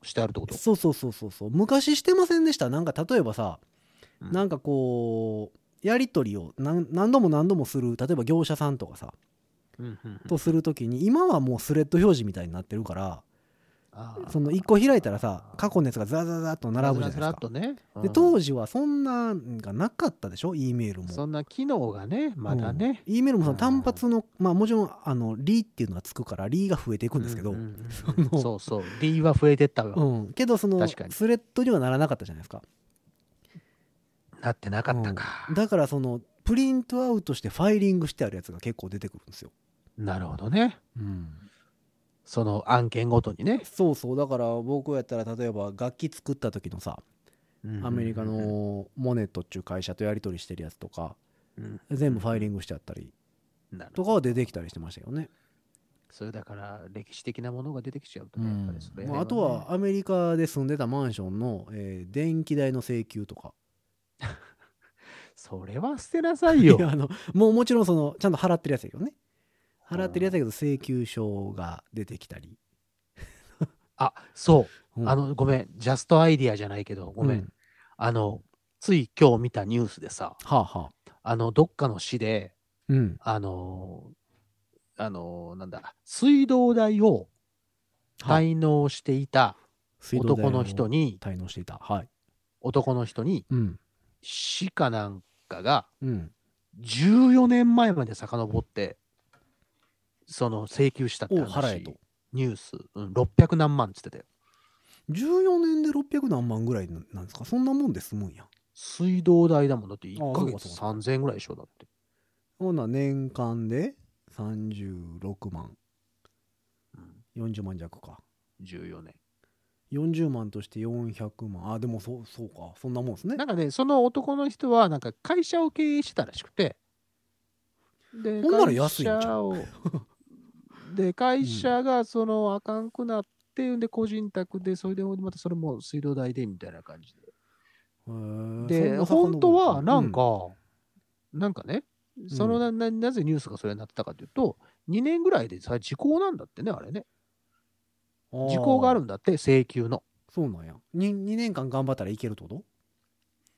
してあるってこと？ そうそうそうそうそう。昔してませんでした？なんか例えばさ、 うんなんかこうやり取りを何何度も何度もする、例えば業者さんとかさうんうんうんとするときに、今はもうスレッド表示みたいになってるから、 あーそのいっこ開いたらさ、過去のやつがザザザっと並ぶじゃないですかずらずらっ。とね。 でうん当時はそんなんがなかったでしょ、 E メールも。 そんな機能がね、まだね。 うん、E メールもそのうん単発の、まあもちろんあのリーっていうのがつくからリーが増えていくんですけど、 うんうんうんそのそうそう。リーは増えてったわ。 うん、けどその確かにスレッドにはならなかったじゃないですか。 なってなかったか。 うんだからそのプリントアウトしてファイリングしてあるやつが結構出てくるんですよ。 なるほどね。 うん、 その案件ごとにね。 そうそう。だから僕やったら例えば楽器作った時のさ、アメリカのモネットっていう会社とやり取りしてるやつとかうん全部ファイリングしてあったりなるほどとかは出てきたりしてましたよね。 それだから歴史的なものが出てきちゃうとね、やっうんぱりそれまあ、あとはアメリカで住んでたマンションの、えー電気代の請求とかそれは捨てなさいよいやあのもうもちろんそのちゃんと払ってるやつだけどね、払ってるやつだけど請求書が出てきたり、 あそううんあのごめんジャストアイディアじゃないけどごめん、 うんあのつい今日見たニュースでさはあはああのどっかの市でうんあのあのなんだ水道代をは滞納していた水道代を男の人に滞納していたはい男の人にうん市かなんかがうんじゅうよねんまえまで遡ってその請求したってを払えと話ニュース、うん、ろっぴゃくなんまんっつってたよ。 じゅうよねんでろっぴゃくなんまんぐらいなんですか？そんなもんで済むんや。 水道代だもんだっていっかげつあそうかそうかさんぜんえんぐらいでしょだって。 ほな年間でさんじゅうろくまんうん、 よんじゅうまん弱か。 じゅうよねよんじゅうまんとしてよんひゃくまん。あでもそうそうか、そんなもんですねん。なんかねその男の人はなんか会社を経営してたらしくてでほんなら安いんちゃう会社をで会社がそのあかんくなってんで個人宅でそれでまたそれも水道代でみたいな感じでへーで、 そんな遡る本当はなんか、 うんなんかね、そのなななぜニュースがそれになってたかというと、にねんぐらいでさ時効なんだってね、あれね。時効があるんだって、請求の。 そうなんや。 に, にねんかん頑張ったらいけるってこと？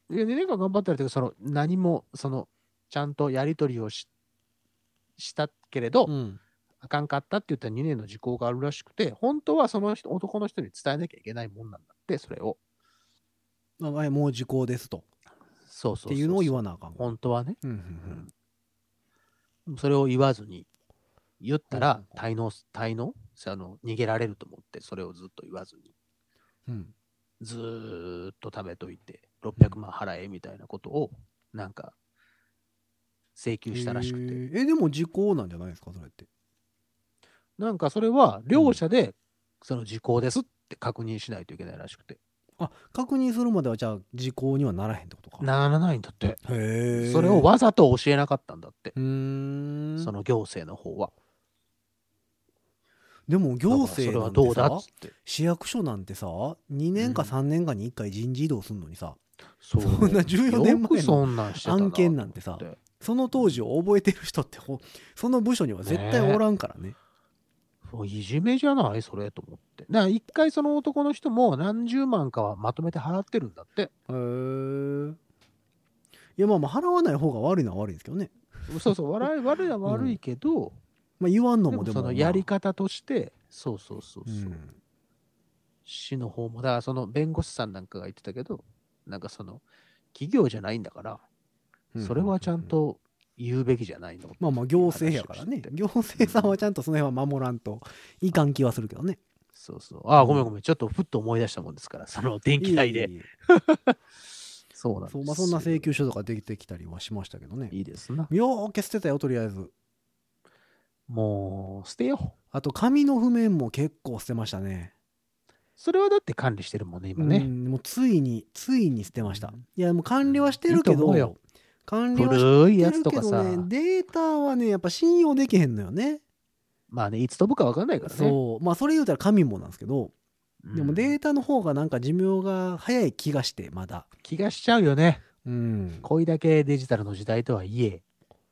いやにねんかん頑張ったらというか、その何も、その、ちゃんとやり取りをししたけれど、 うんあかんかったって言ったらにねんの時効があるらしくて、本当はその人男の人に伝えなきゃいけないもんなんだって、それを。 ああもう時効ですとそうそうそうそうっていうのを言わなあかん。 本当はね。 うんうんうんそれを言わずに、言ったらうん滞納、滞納あの逃げられると思って、それをずっと言わずに、 うんずーっと貯めといて、ろっぴゃくまん払えみたいなことを、なんか、請求したらしくて。 えーえでも時効なんじゃないですかそれって？ なんかそれは、両者で、その時効ですって確認しないといけないらしくて。 あ確認するまではじゃあ時効にはならへんってことか。 ならないんだって。 へえ。 それをわざと教えなかったんだって。 うーんその行政の方は。 でも行だから政それはなんてさどうだっつって。 市役所なんてさにねんかさんねんかにいっかい人事異動するのにさ、 そうそんなじゅうよねんまえのよくそんなんしてたな案件なんてさと思ってその当時を覚えてる人ってほその部署には絶対おらんからね。 もういじめじゃないそれと思って。だから一回その男の人も何十万かはまとめて払ってるんだって。 へえ。いやまあまあ払わない方が悪いのは悪いんですけどね。 そうそう、悪い悪いのは悪いけど、 まあ言わんのでもそもでもまあのやり方として、そうそうそうそう、 うん市の方も、だからその弁護士さんなんかが言ってたけど、なんかその企業じゃないんだから、それはちゃんと言うべきじゃないの。 まあまあ行政やからね。行政さんはちゃんとその辺は守らんといかん気はするけどね。 そうそう。ああ、ごめんごめん。ちょっとふっと思い出したもんですから、その電気代で。 いえいえいえそうなんですよ。 そうまあそんな請求書とかできてきたりはしましたけどね。 いいですな。 よーけ捨てたよとりあえず。 もう、捨てよう。 あと紙の譜面も結構捨てましたね。 それはだって管理してるもんね、今うね。 んもうついについに捨てました。 うんいやもう管理はしてるけいいと思うよど管理はして古いやつるけどとかさ、 ねデータはねやっぱ信用できへんのよね。 まあね、いつ飛ぶか分かんないからね。 そうまあそれ言うたら紙もなんですけど、 うんでもデータの方がなんか寿命が早い気がしてまだ。 気がしちゃうよね。 うん。 こいだけデジタルの時代とはいえ、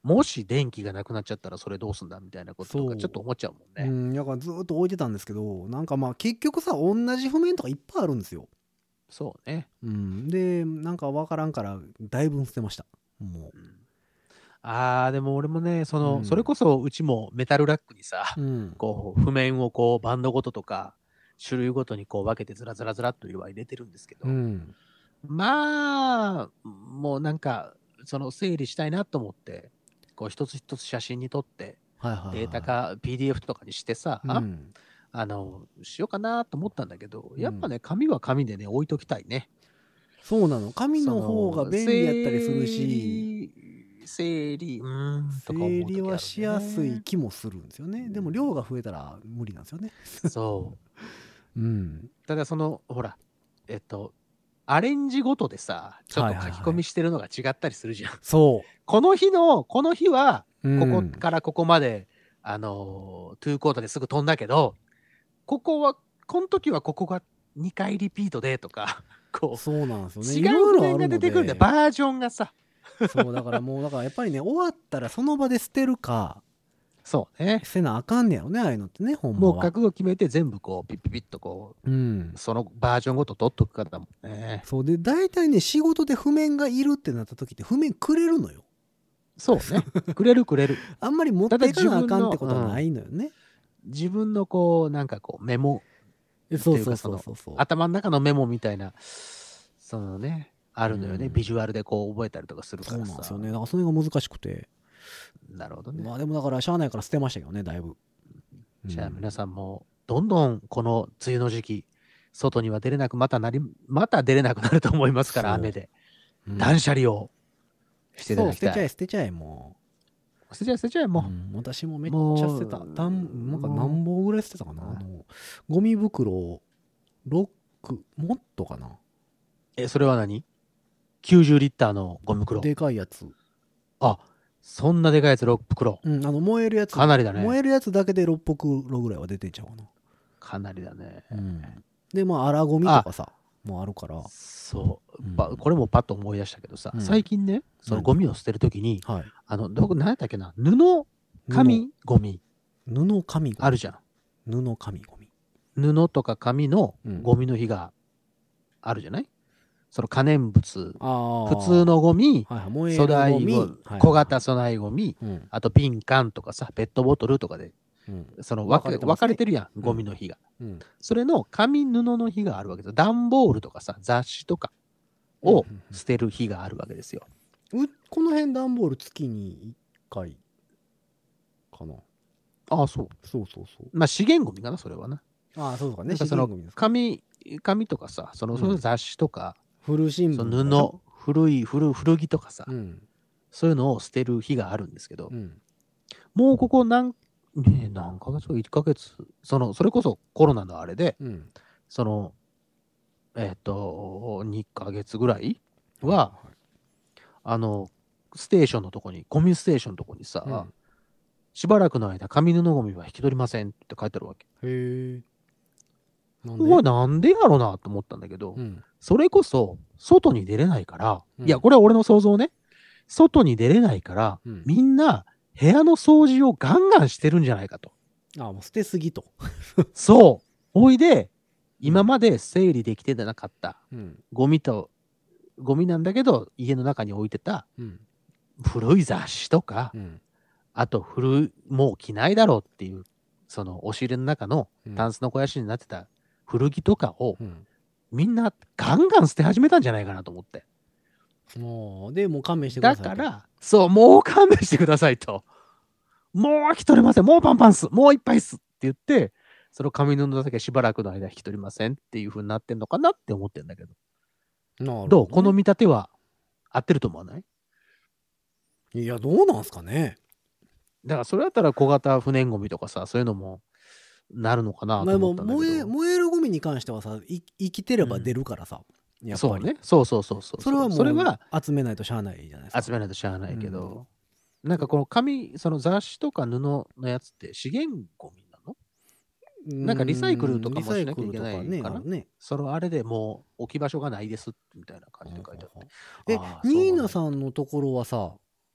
もし電気がなくなっちゃったらそれどうすんだみたいなこととそうかちょっと思っちゃうもんね。 うん、だからずーっと置いてたんですけど、なんかまあ結局さ、同じ譜面とかいっぱいあるんですよ。 そうね。 うん、で、なんかわからんから、だいぶ捨てました。もうんあー、でも俺もね、その、 うんそれこそうちもメタルラックにさ、 う。うん。 こう、譜面をこう、バンドごととか、種類ごとにこう分けてずらずらずらっとは入れてるんですけど、 うん。 まあ、もうなんか、その整理したいなと思って、こう一つ一つ写真に撮って、 はいはいはい。 データ化、ピーディーエフ とかにしてさ、 うん。 あの、しようかなと思ったんだけど、 うんやっぱね、紙は紙でね、置いときたいね。 そうなの。紙の方が便利やったりするし、 整理、整理、うーん、とか思う整時あるね理はしやすい気もするんですよね。でも量が増えたら無理なんですよね。 そう。 うん。 ただその、ほら、えっと、アレンジごとでさ、ちょっと書き込みしてるのが違ったりするじゃん。 そこの日の、この日は、 う。 こうんこからここまで、あのー、トゥーコートですぐ飛んだけど、ここは、この時はここがにかいリピートでとか、こそうなんですよね。 う、違う譜面が出てくるんだよ、バージョンがさ。 そう、だからもう、だからやっぱりね、終わったらその場で捨てるか、 そうね。 せなあかんねやろね、ああいうのってね、ほんまは。 もう覚悟決めて全部こう、ピッピピッとこうんう、。そのバージョンごと取っとく方もんね。 そうで、大体ね、仕事で譜面がいるってなった時って譜面くれるのよ。 そうね。くれるくれる。 あんまり持っていかなあかんってことはないのよね。 自分のこう、なんかこう、メモ、 そうそうそうそうそう。 頭の中のメモみたいな、そのね、あるのよね。 うんビジュアルでこう覚えたりとかするかそうらさ。 なんですよね。だからそれが難しくて。 なるほどね。 まあでもだからしゃあないから捨てましたけどね、だいぶ。 じゃあ皆ん。 さんも、どんどんこの梅雨の時期、外には出れなく、またなり、また出れなくなると思いますから、 そう雨で。 うん断捨離をしていたそう、捨てちゃえ、 だきたい。 捨てちゃえ、も捨てちゃえ、捨てちゃえ、 う。 もう。 うん私もめっちゃ捨てた。 もうたんなんかもう何本ぐらい捨てたかな。あの、ゴミ袋、ロック、もっとかな。 え、それは何 ?きゅうじゅう リッターのゴミ袋。 でかいやつ。 あ、そんなでかいやつろっ袋。 うん、あの、燃えるやつ。 かなりだね燃えるやつだけでろっ袋ぐらいは出てんちゃうかな。 かなりだね。 うん。で、まあ、荒ゴミとかさ、もうあるから。 そう、 うんばこれもパッと思い出したけどさ、 うん最近ね、そのゴミを捨てるときに、 はい。 あの、どこ、何やったっけな、布、紙、ゴミ、 布、紙、 あるじゃん。 布、紙、ゴミ。 布とか紙のうんゴミの日があるじゃない、その可燃物、 ああ。 普通のゴミ、 はいはい、燃える粗大ゴミ、 ゴミ。はい小型粗大ゴミ、 うん。 あと瓶缶とかさ、ペットボトルとかで、 うん。 その分かれ分かれてますね分かれてるやん、 うんゴミの日が。 うん。 それの紙布の日があるわけです。段ボールとかさ、雑誌とかをうんうんうん捨てる日があるわけですよ。 うこの辺段ボール月にいっかいかな。 ああ、そう。 そうそうそう。 まあ資源ゴミかな、それはな。 ああ、そうかね。 なんかその資源ゴミですか。 紙、紙とかさ、そのうんその雑誌とか、 古新聞そとかの布、古い、古、古着とかさ、 うん。 そういうのを捨てる日があるんですけど、 うん。 もうここ何、ねえ、何ヶ月か、いっかげつ、その、それこそコロナのあれで、 うん。 その、えっ、と、にかげつぐらいは、あの、ステーションのとこに、ゴミステーションのとこにさ、 うんしばらくの間、紙布ゴミは引き取りませんって書いてあるわけ。 へえ。なんこれなんでやろなと思ったんだけど、 うん。 それこそ、外に出れないから、 うんいや、これは俺の想像ね。外に出れないから、 うんみんな部屋の掃除をガンガンしてるんじゃないかと。 ああ、もう捨てすぎと。 そう。おいで、今まで整理できてなかったうん。 ゴミと、ゴミなんだけど、家の中に置いてたうん。 古い雑誌とか、 うん。 あと古い、もう着ないだろうっていう、その押し入れの中のうんタンスの肥やしになってた古着とかを、 うん。 みんなガンガン捨て始めたんじゃないかなと思って。 もう、で、もう勘弁してくだださいと。 から、そう、もう勘弁してくださいと。もう引き取れません。もうパンパンっす。もういっぱいっす。って言って、その紙布だけしばらくの間引き取りませんっていう風になってんのかなって思ってんだけど。 なるほねどうこの見立ては合ってると思わない？ いや、どうなんすかね。 だからそれだったら小型不燃ゴミとかさ、そういうのもなるのかなとまあ、でも思ったんだけど。 燃え、燃えるゴミに関してはさ、い生きてれば出るからさ。やっぱり。 そうね。そうそうそうそう。 それはもう、 それは集めないとしゃあないじゃないですか。 集めないとしゃあないけど、なんかこの紙、その雑誌とか布のやつって資源ゴミなの？なんかリサイクルとかもしなきゃいけないリサイクルとかなかね。あるね。 そのあれでもう置き場所がないですみたいな感じで書いてあって。 えあー、 ニーナんさんのところはさ、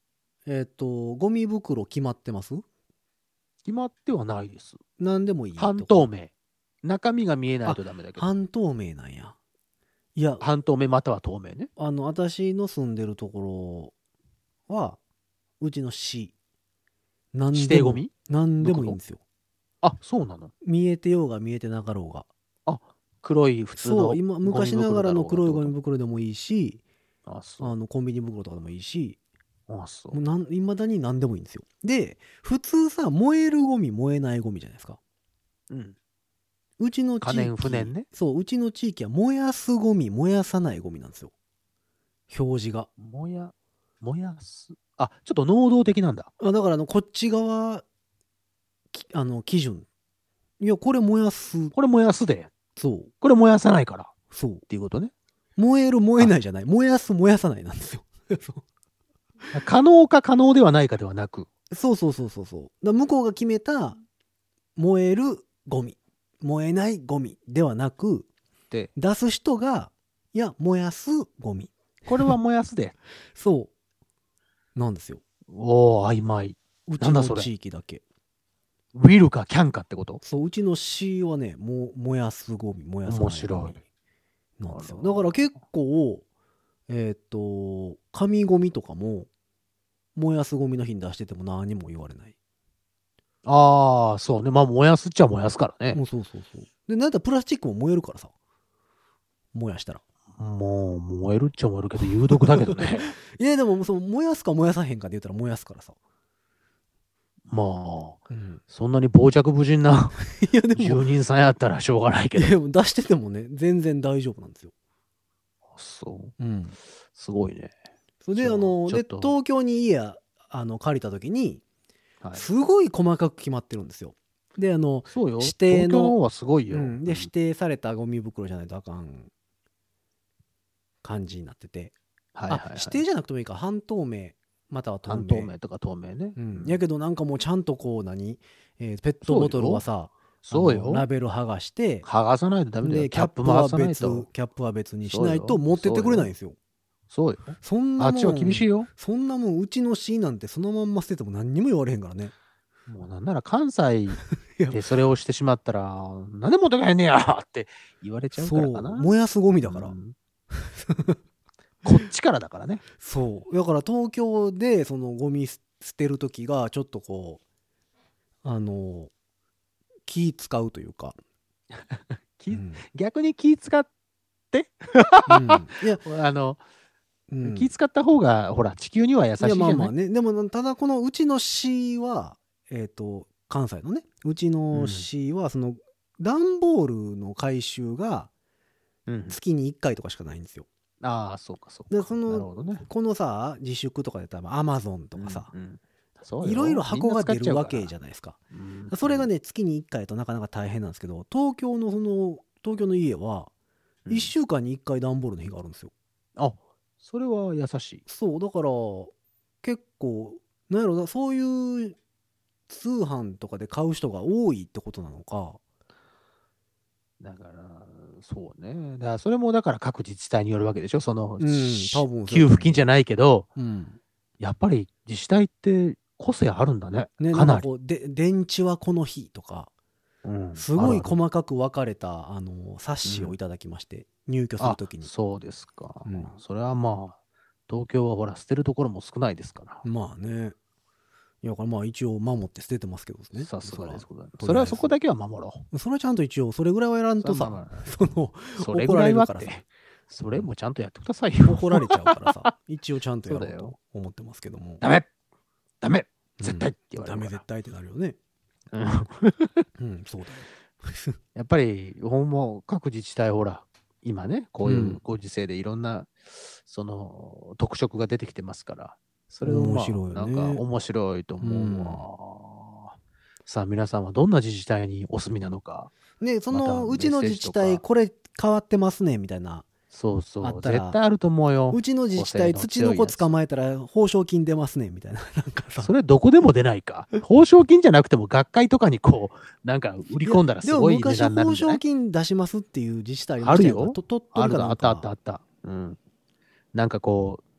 えっ、とゴミ袋決まってます？ 決まってはないです。 何でもいいとか。 半透明。中身が見えないとダメだけど。 半透明なんや。いや、 半透明または透明ね。 あの私の住んでるところはうちの市何でも指定ゴミ何でもいいんですよ。 あ、そうなの。 見えてようが見えてなかろうが。 あ、黒い普通のそう、今昔ながらの黒いゴミ袋。 袋でもいいし、 あ、そう。 あのコンビニ袋とかでもいいし、 あ、そもうなん未だに何でもいいんですよ。で、普通さ、燃えるゴミ燃えないゴミじゃないですか。 う。うん。 うちの地域、 可燃不燃ね。 そう、うちの地域は燃やすゴミ燃やさないゴミなんですよ。表示が。 燃や、燃やす。あ、ちょっと能動的なんだ。 あだからあのこっち側きあの基準。いやこれ燃やす。 これ燃やすで。 そうこれ燃やさないから。っそう。 ていうことね。 燃える燃えないじゃない。燃やす燃やさないなんですよ。そう可能か可能ではないかではなく。 そうそうそうそうそう。だから向こうが決めた燃えるゴミ燃えないゴミではなく、 で出す人がいや燃やすゴミ。 これは燃やすで。 そうなんですよ。 おお、曖昧。 うちのなんだそれ地域だけ。 ウィルかキャンかってこと？ そううちの市はねもう燃やすゴミ燃やさないゴミ面白い。 なんですよ。 あらだから結構えっ、と紙ゴミとかも燃やすゴミの日に出してても何も言われない。 ああ、そうね。まあ燃やすっちゃ燃やすからね。 もうそうそうそう。でなんだったらプラスチックも燃えるからさ。燃やしたら。 もう燃えるっちゃ燃えるけど有毒だけどね。 いやでもそう燃やすか燃やさへんかで言ったら燃やすからさ。 まあ、 うん、 そんなに傍若無人ないやでも住人さんやったらしょうがないけど。 いやでも出しててもね全然大丈夫なんですよ。 そう。 うん。 すごいね。 それでじゃああのでちょっと東京に家あの借りた時にはい。 すごい細かく決まってるんですよ。であの、 そうよ。 指定の東京の方はすごいよ。 うん、で指定されたゴミ袋じゃないとあかん感じになってて、 はいはいはい、 あ指定じゃなくてもいいか半透明または透明半透明とか透明ね。 うん、やけどなんかもうちゃんとこう何、えーペットボトルはさそうよ。 あのラベル剥がして剥がさないとダメだよ。 でキャップも剥がさない別と。 キャップは別にしないとそうよ持ってってくれないんですよ。 そうよ。 そんなもんあっちは厳しいよ。 そんなもんうちの市なんてそのまんま捨てても何にも言われへんからね。 もうなんなら関西でそれをしてしまったら、なんで持って帰んねやって言われちゃうからかな。 そう燃やすゴミだから、 うんこっちからだからね。 そうだから東京でそのゴミ捨てる時がちょっとこうあの気使うというか、 気うん逆に気使っうんいや、 あの、 うん気使った方がほら地球には優しいじゃない。 いやまあまあねでもただこのうちの市はえっ、と関西のねうちの市はその段ボールの回収がうん月にいっかいとかしかないんですよ。 ああ、そうかそうか。 でそのなるほどね。 このさ自粛とかで言ったらアマゾンとかさ、 うんうんそうよいろいろ箱が出るわけじゃゃないですか。 んそれがね月にいっかいとなかなか大変なんですけど東京のその東京の家はいっしゅうかんにいっかい段ボールの日があるんですよ。 あ、それは優しい。 そうだから結構なんやろなそういう通販とかで買う人が多いってことなのか。 だから、そうね。だからそれもだから各自治体によるわけでしょ。その、 うんし多分そう給付金じゃないけど、 うんやっぱり自治体って個性あるんだね。 ね、 かなんり。 なかこうで電池はこの日とかうんすごいあるある細かく分かれたあの冊子をいただきまして、入居するときにあそうですか、 うんそれはまあ、東京はほら、捨てるところも少ないですから。 まあねいやこれまあ一応守って捨ててますけどね。 さすがですございます。 そらそれはそこだけは守ろう。 それはちゃんと一応それぐらいはやらんとさそれはまあそのそれぐらいはっ怒られるからて、それもちゃんとやってくださいよ。 怒られちゃうからさ一応ちゃんとやろうとそうだよ思ってますけどもダメダメ絶対って言われダるから。 メ絶対ってなるよね。 うんうんそうだよ。 やっぱり、ほんま、各自治体、ほら、今ね、こういううんご時世でいろんな、その、特色が出てきてますから、それを、まあ、 面白いよねなんか面白いと思うわ。さあ、皆さんはどんな自治体にお住みなのか。 ねそまたのうちの自治体メッセージとかこれ変わってますねみたいな。 そうそう、 あったら絶対あると思うよ。 うちの自治体土個性の強いやつの子捕まえたら報奨金出ますねみたいななんかさそれどこでも出ないか。報奨金じゃなくても学会とかにこう、なんか売り込んだらすごい値段になるんじゃない？ でも昔報奨金出しますっていう自治体あるよと鳥取あるあったかなんかあったあった。うん。なんかこう、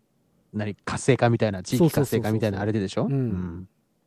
何活性化みたいな地域活性化みたいなあれででしょ。 うんうん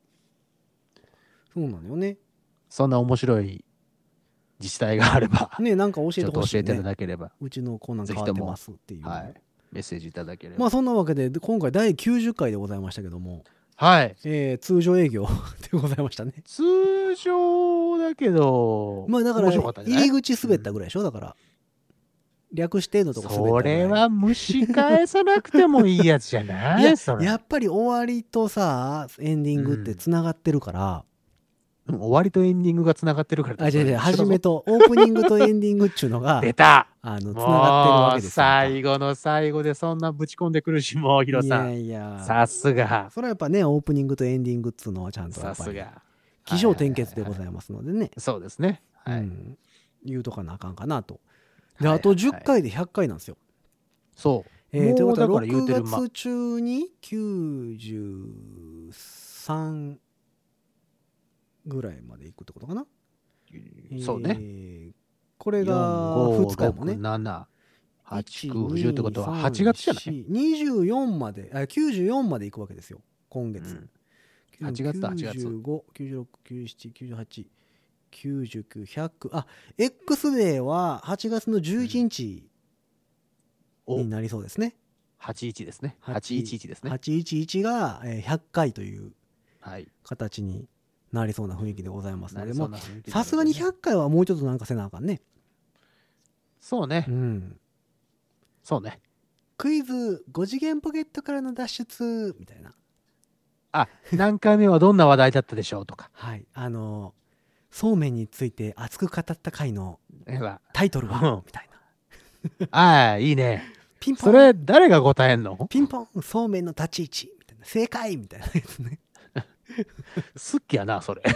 そうなのよね。 そんな面白い自治体があれば、 ね、なんか教えちょてほしい、ね。 っと教えていただければ、 うちのこんなん変わってますっていう。 はい、メッセージいただければ。 まあそんなわけで、今回だいきゅうじゅっかいでございましたけども、 はい。 えー通常営業でございましたね。 通常だけど、 まあだから、 面白かったんじゃない入り口滑ったぐらいでしょ、だから。略してのとこ滑ったそぐらい。 れは蒸し返さなくてもいいやつじゃないいやそれやっぱり終わりとさ、エンディングってつながってるから、 うん終わりとエンディングがつながってるからあ、違う違う、始めとと、オープニングとエンディングっちゅうのが、 出たあの、つながってるわもうけですよ。 最後の最後でそんなぶち込んでくるし、もうヒロさんいやいや、 さすがそれはやっぱね、オープニングとエンディングっつうのはちゃんとやっぱり、 さすが起承転結でございますのでね。 そうですね。はい。 うん。言うとかなあかんかなと。で、 はいあとじゅっかいでひゃっかいなんですよ。 そう。 えー、ということはもうだから言うてるろくがつ中にきゅうじゅうさんぐらいまでいくってことかな。 そうね。 えーこれがよん、ご、 ふつかもね。 ろく、なな、はち、きゅう、 いちじゅうってことはにはちがつじゃないさんしにじゅうよんまで、あ、きゅうじゅうよんまでいくわけですよ。今月。 うんはちがつだはちがつきゅうじゅうご、きゅうじゅうろく、きゅうじゅうなな、きゅうじゅうはち、きゅうじゅうきゅう、ひゃく。あ、X デーははちがつのじゅういちにちおになりそうですね。 はちじゅういちですね。はちいちいちですね。 はちいちいちがえーひゃっかいというはい。 形になりそうな雰囲気でございますので、もうなりそうな雰囲気なのでねさすがにひゃっかいはもうちょっとなんかせなあかんね。 そうねう。ん。 そうね。 クイズご次元ポケットからの脱出みたいな。 あ、何回目はどんな話題だったでしょうとか。 はい。あの、そうめんについて熱く語った回のえはタイトルうんはみたいな。 ああ、いいね。 ピンポンそれ、誰が答えんのピンポンそうめんの立ち位置みたいな。正解みたいなやつね。 好きやな、それ。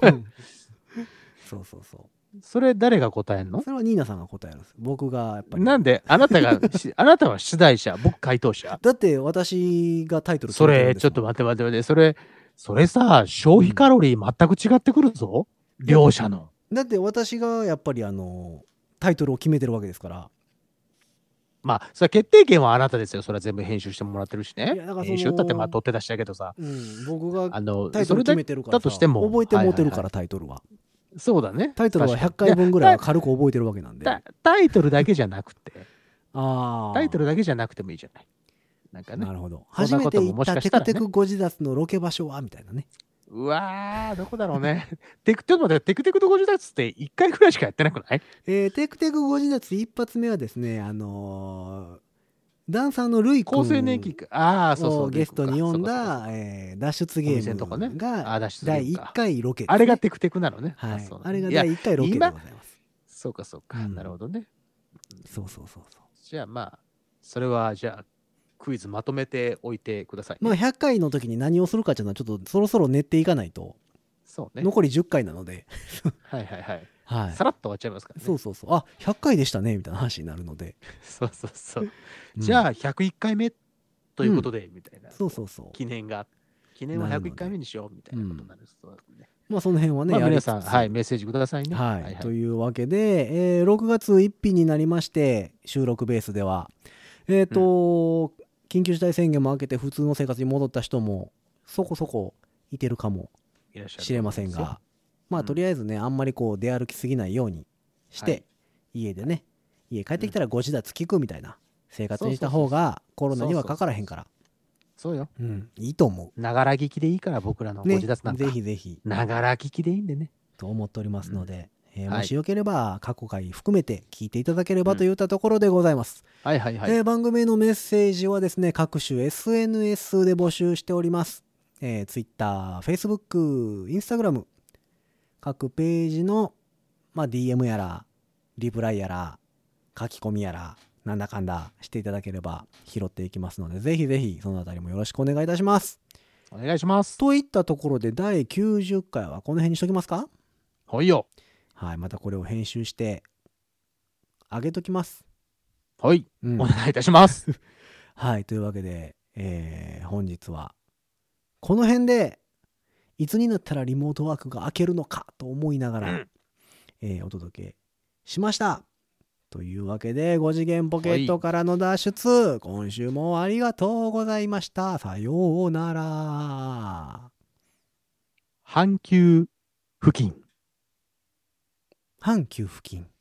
そうそうそう。 それ、誰が答えんのそれはニーナさんが答えるんです。僕がやっぱり。 なんで、あなたが、しあなたは出題者、僕回答者。 だって私がタイトル決それ、 めてるんですもんちょっと待って待って待って、それ、それさ、消費カロリー全く違ってくるぞ。両者の。 だって私がやっぱりあのタイトルを決めてるわけですから。 まあ、それ決定権はあなたですよ。それは全部編集してもらってるしねいやだからその編集だってまあ取って出したけどさ。 うん、僕があの、 タイトル決めてるからだとしても。 覚えて持てるから、 はいはいはいタイトルは。 そうだね。 タイトルはひゃっかいぶんぐらいは軽く覚えてるわけなんで。 タタイトルだけじゃなくて、 ああ。 タイトルだけじゃなくてもいいじゃない。なんかねな。るほど。 そん初めてなことももし行ったテかしたらねクテクご自立のロケ場所はみたいなね。 うわー、どこだろうね。テク、ちょっと待って、テクテクとご自立っていっかいくらいしかやってなくないえー、テクテクご自立一発目はですね、あのーダンサーのルイ君厚生年金か。ああ、そうそう。 をゲストに呼んそうかそうかだ、えー脱出ゲお店のとこねームがあ脱出ゲームかだいいっかいロケです、ね。 あれがテクテクなのね。 はいそう。 あれがいやだいいっかいロケでございます。 そうかそうか。 うんなるほどね。 そうそうそうそう。 じゃあまあ、それはじゃあ、クイズまとめておいてください、ね。 まあひゃっかいの時に何をするかっていうのはちょっとそろそろ練っていかないと、 そうね。 残りじゅっかいなので、 はいはいはい。 はいさ。らっと終わっちゃいますからね。 そうそうそう。あ、ひゃっかいでしたねみたいな話になるので。 そうそうそう。 うんじゃあ、ひゃくいっかいめということで、みたいな。 そうそうそう。 記念が、記念はひゃくいっかいめにしようみたいなことになる。そうですね。 まあその辺はね、 まあ、 やりつつ皆さん、はい、メッセージくださいね。 はい、というわけで、えーろくがつついたちになりまして収録ベースではえっ、と、緊急事態宣言も明けて普通の生活に戻った人もそこそこいてるかもいらっしゃるしれませんが、まあうんとりあえずね、あんまりこう出歩きすぎないようにして、 はい家でね、家帰ってきたらご自立聞くみたいな生活にした方がコロナにはかからへんから、 そうよ。 うん、いいと思ながら聞きでいいから、僕らのう。ね、 ご自立なんか。 ぜひぜひながら聞きでいいんでね。 と思っておりますので、えーはいもしよければ過去回含めて聞いていただければといったところでございます。 はいはいはい。 えー番組へのメッセージはですね、各種 エスエヌエス で募集しております。えー、Twitter、Facebook、Instagram、各ページの、まあ、ディーエム やら、リプライやら、書き込みやら、なんだかんだしていただければ拾っていきますので、ぜひぜひそのあたりもよろしくお願いいたします。 お願いします。 といったところでだいきゅうじゅっかいはこの辺にしときますか？ はいよ。 はい、またこれを編集してあげときます。 はい。 うんお願いいたします。 はい、というわけで、えー本日はこの辺でいつになったらリモートワークが明けるのかと思いながら、 うんえーお届けしました。 というわけで、ご次元ポケットからの脱出、今週もありがとうございました。さようなら。 阪急付近。 阪急付近。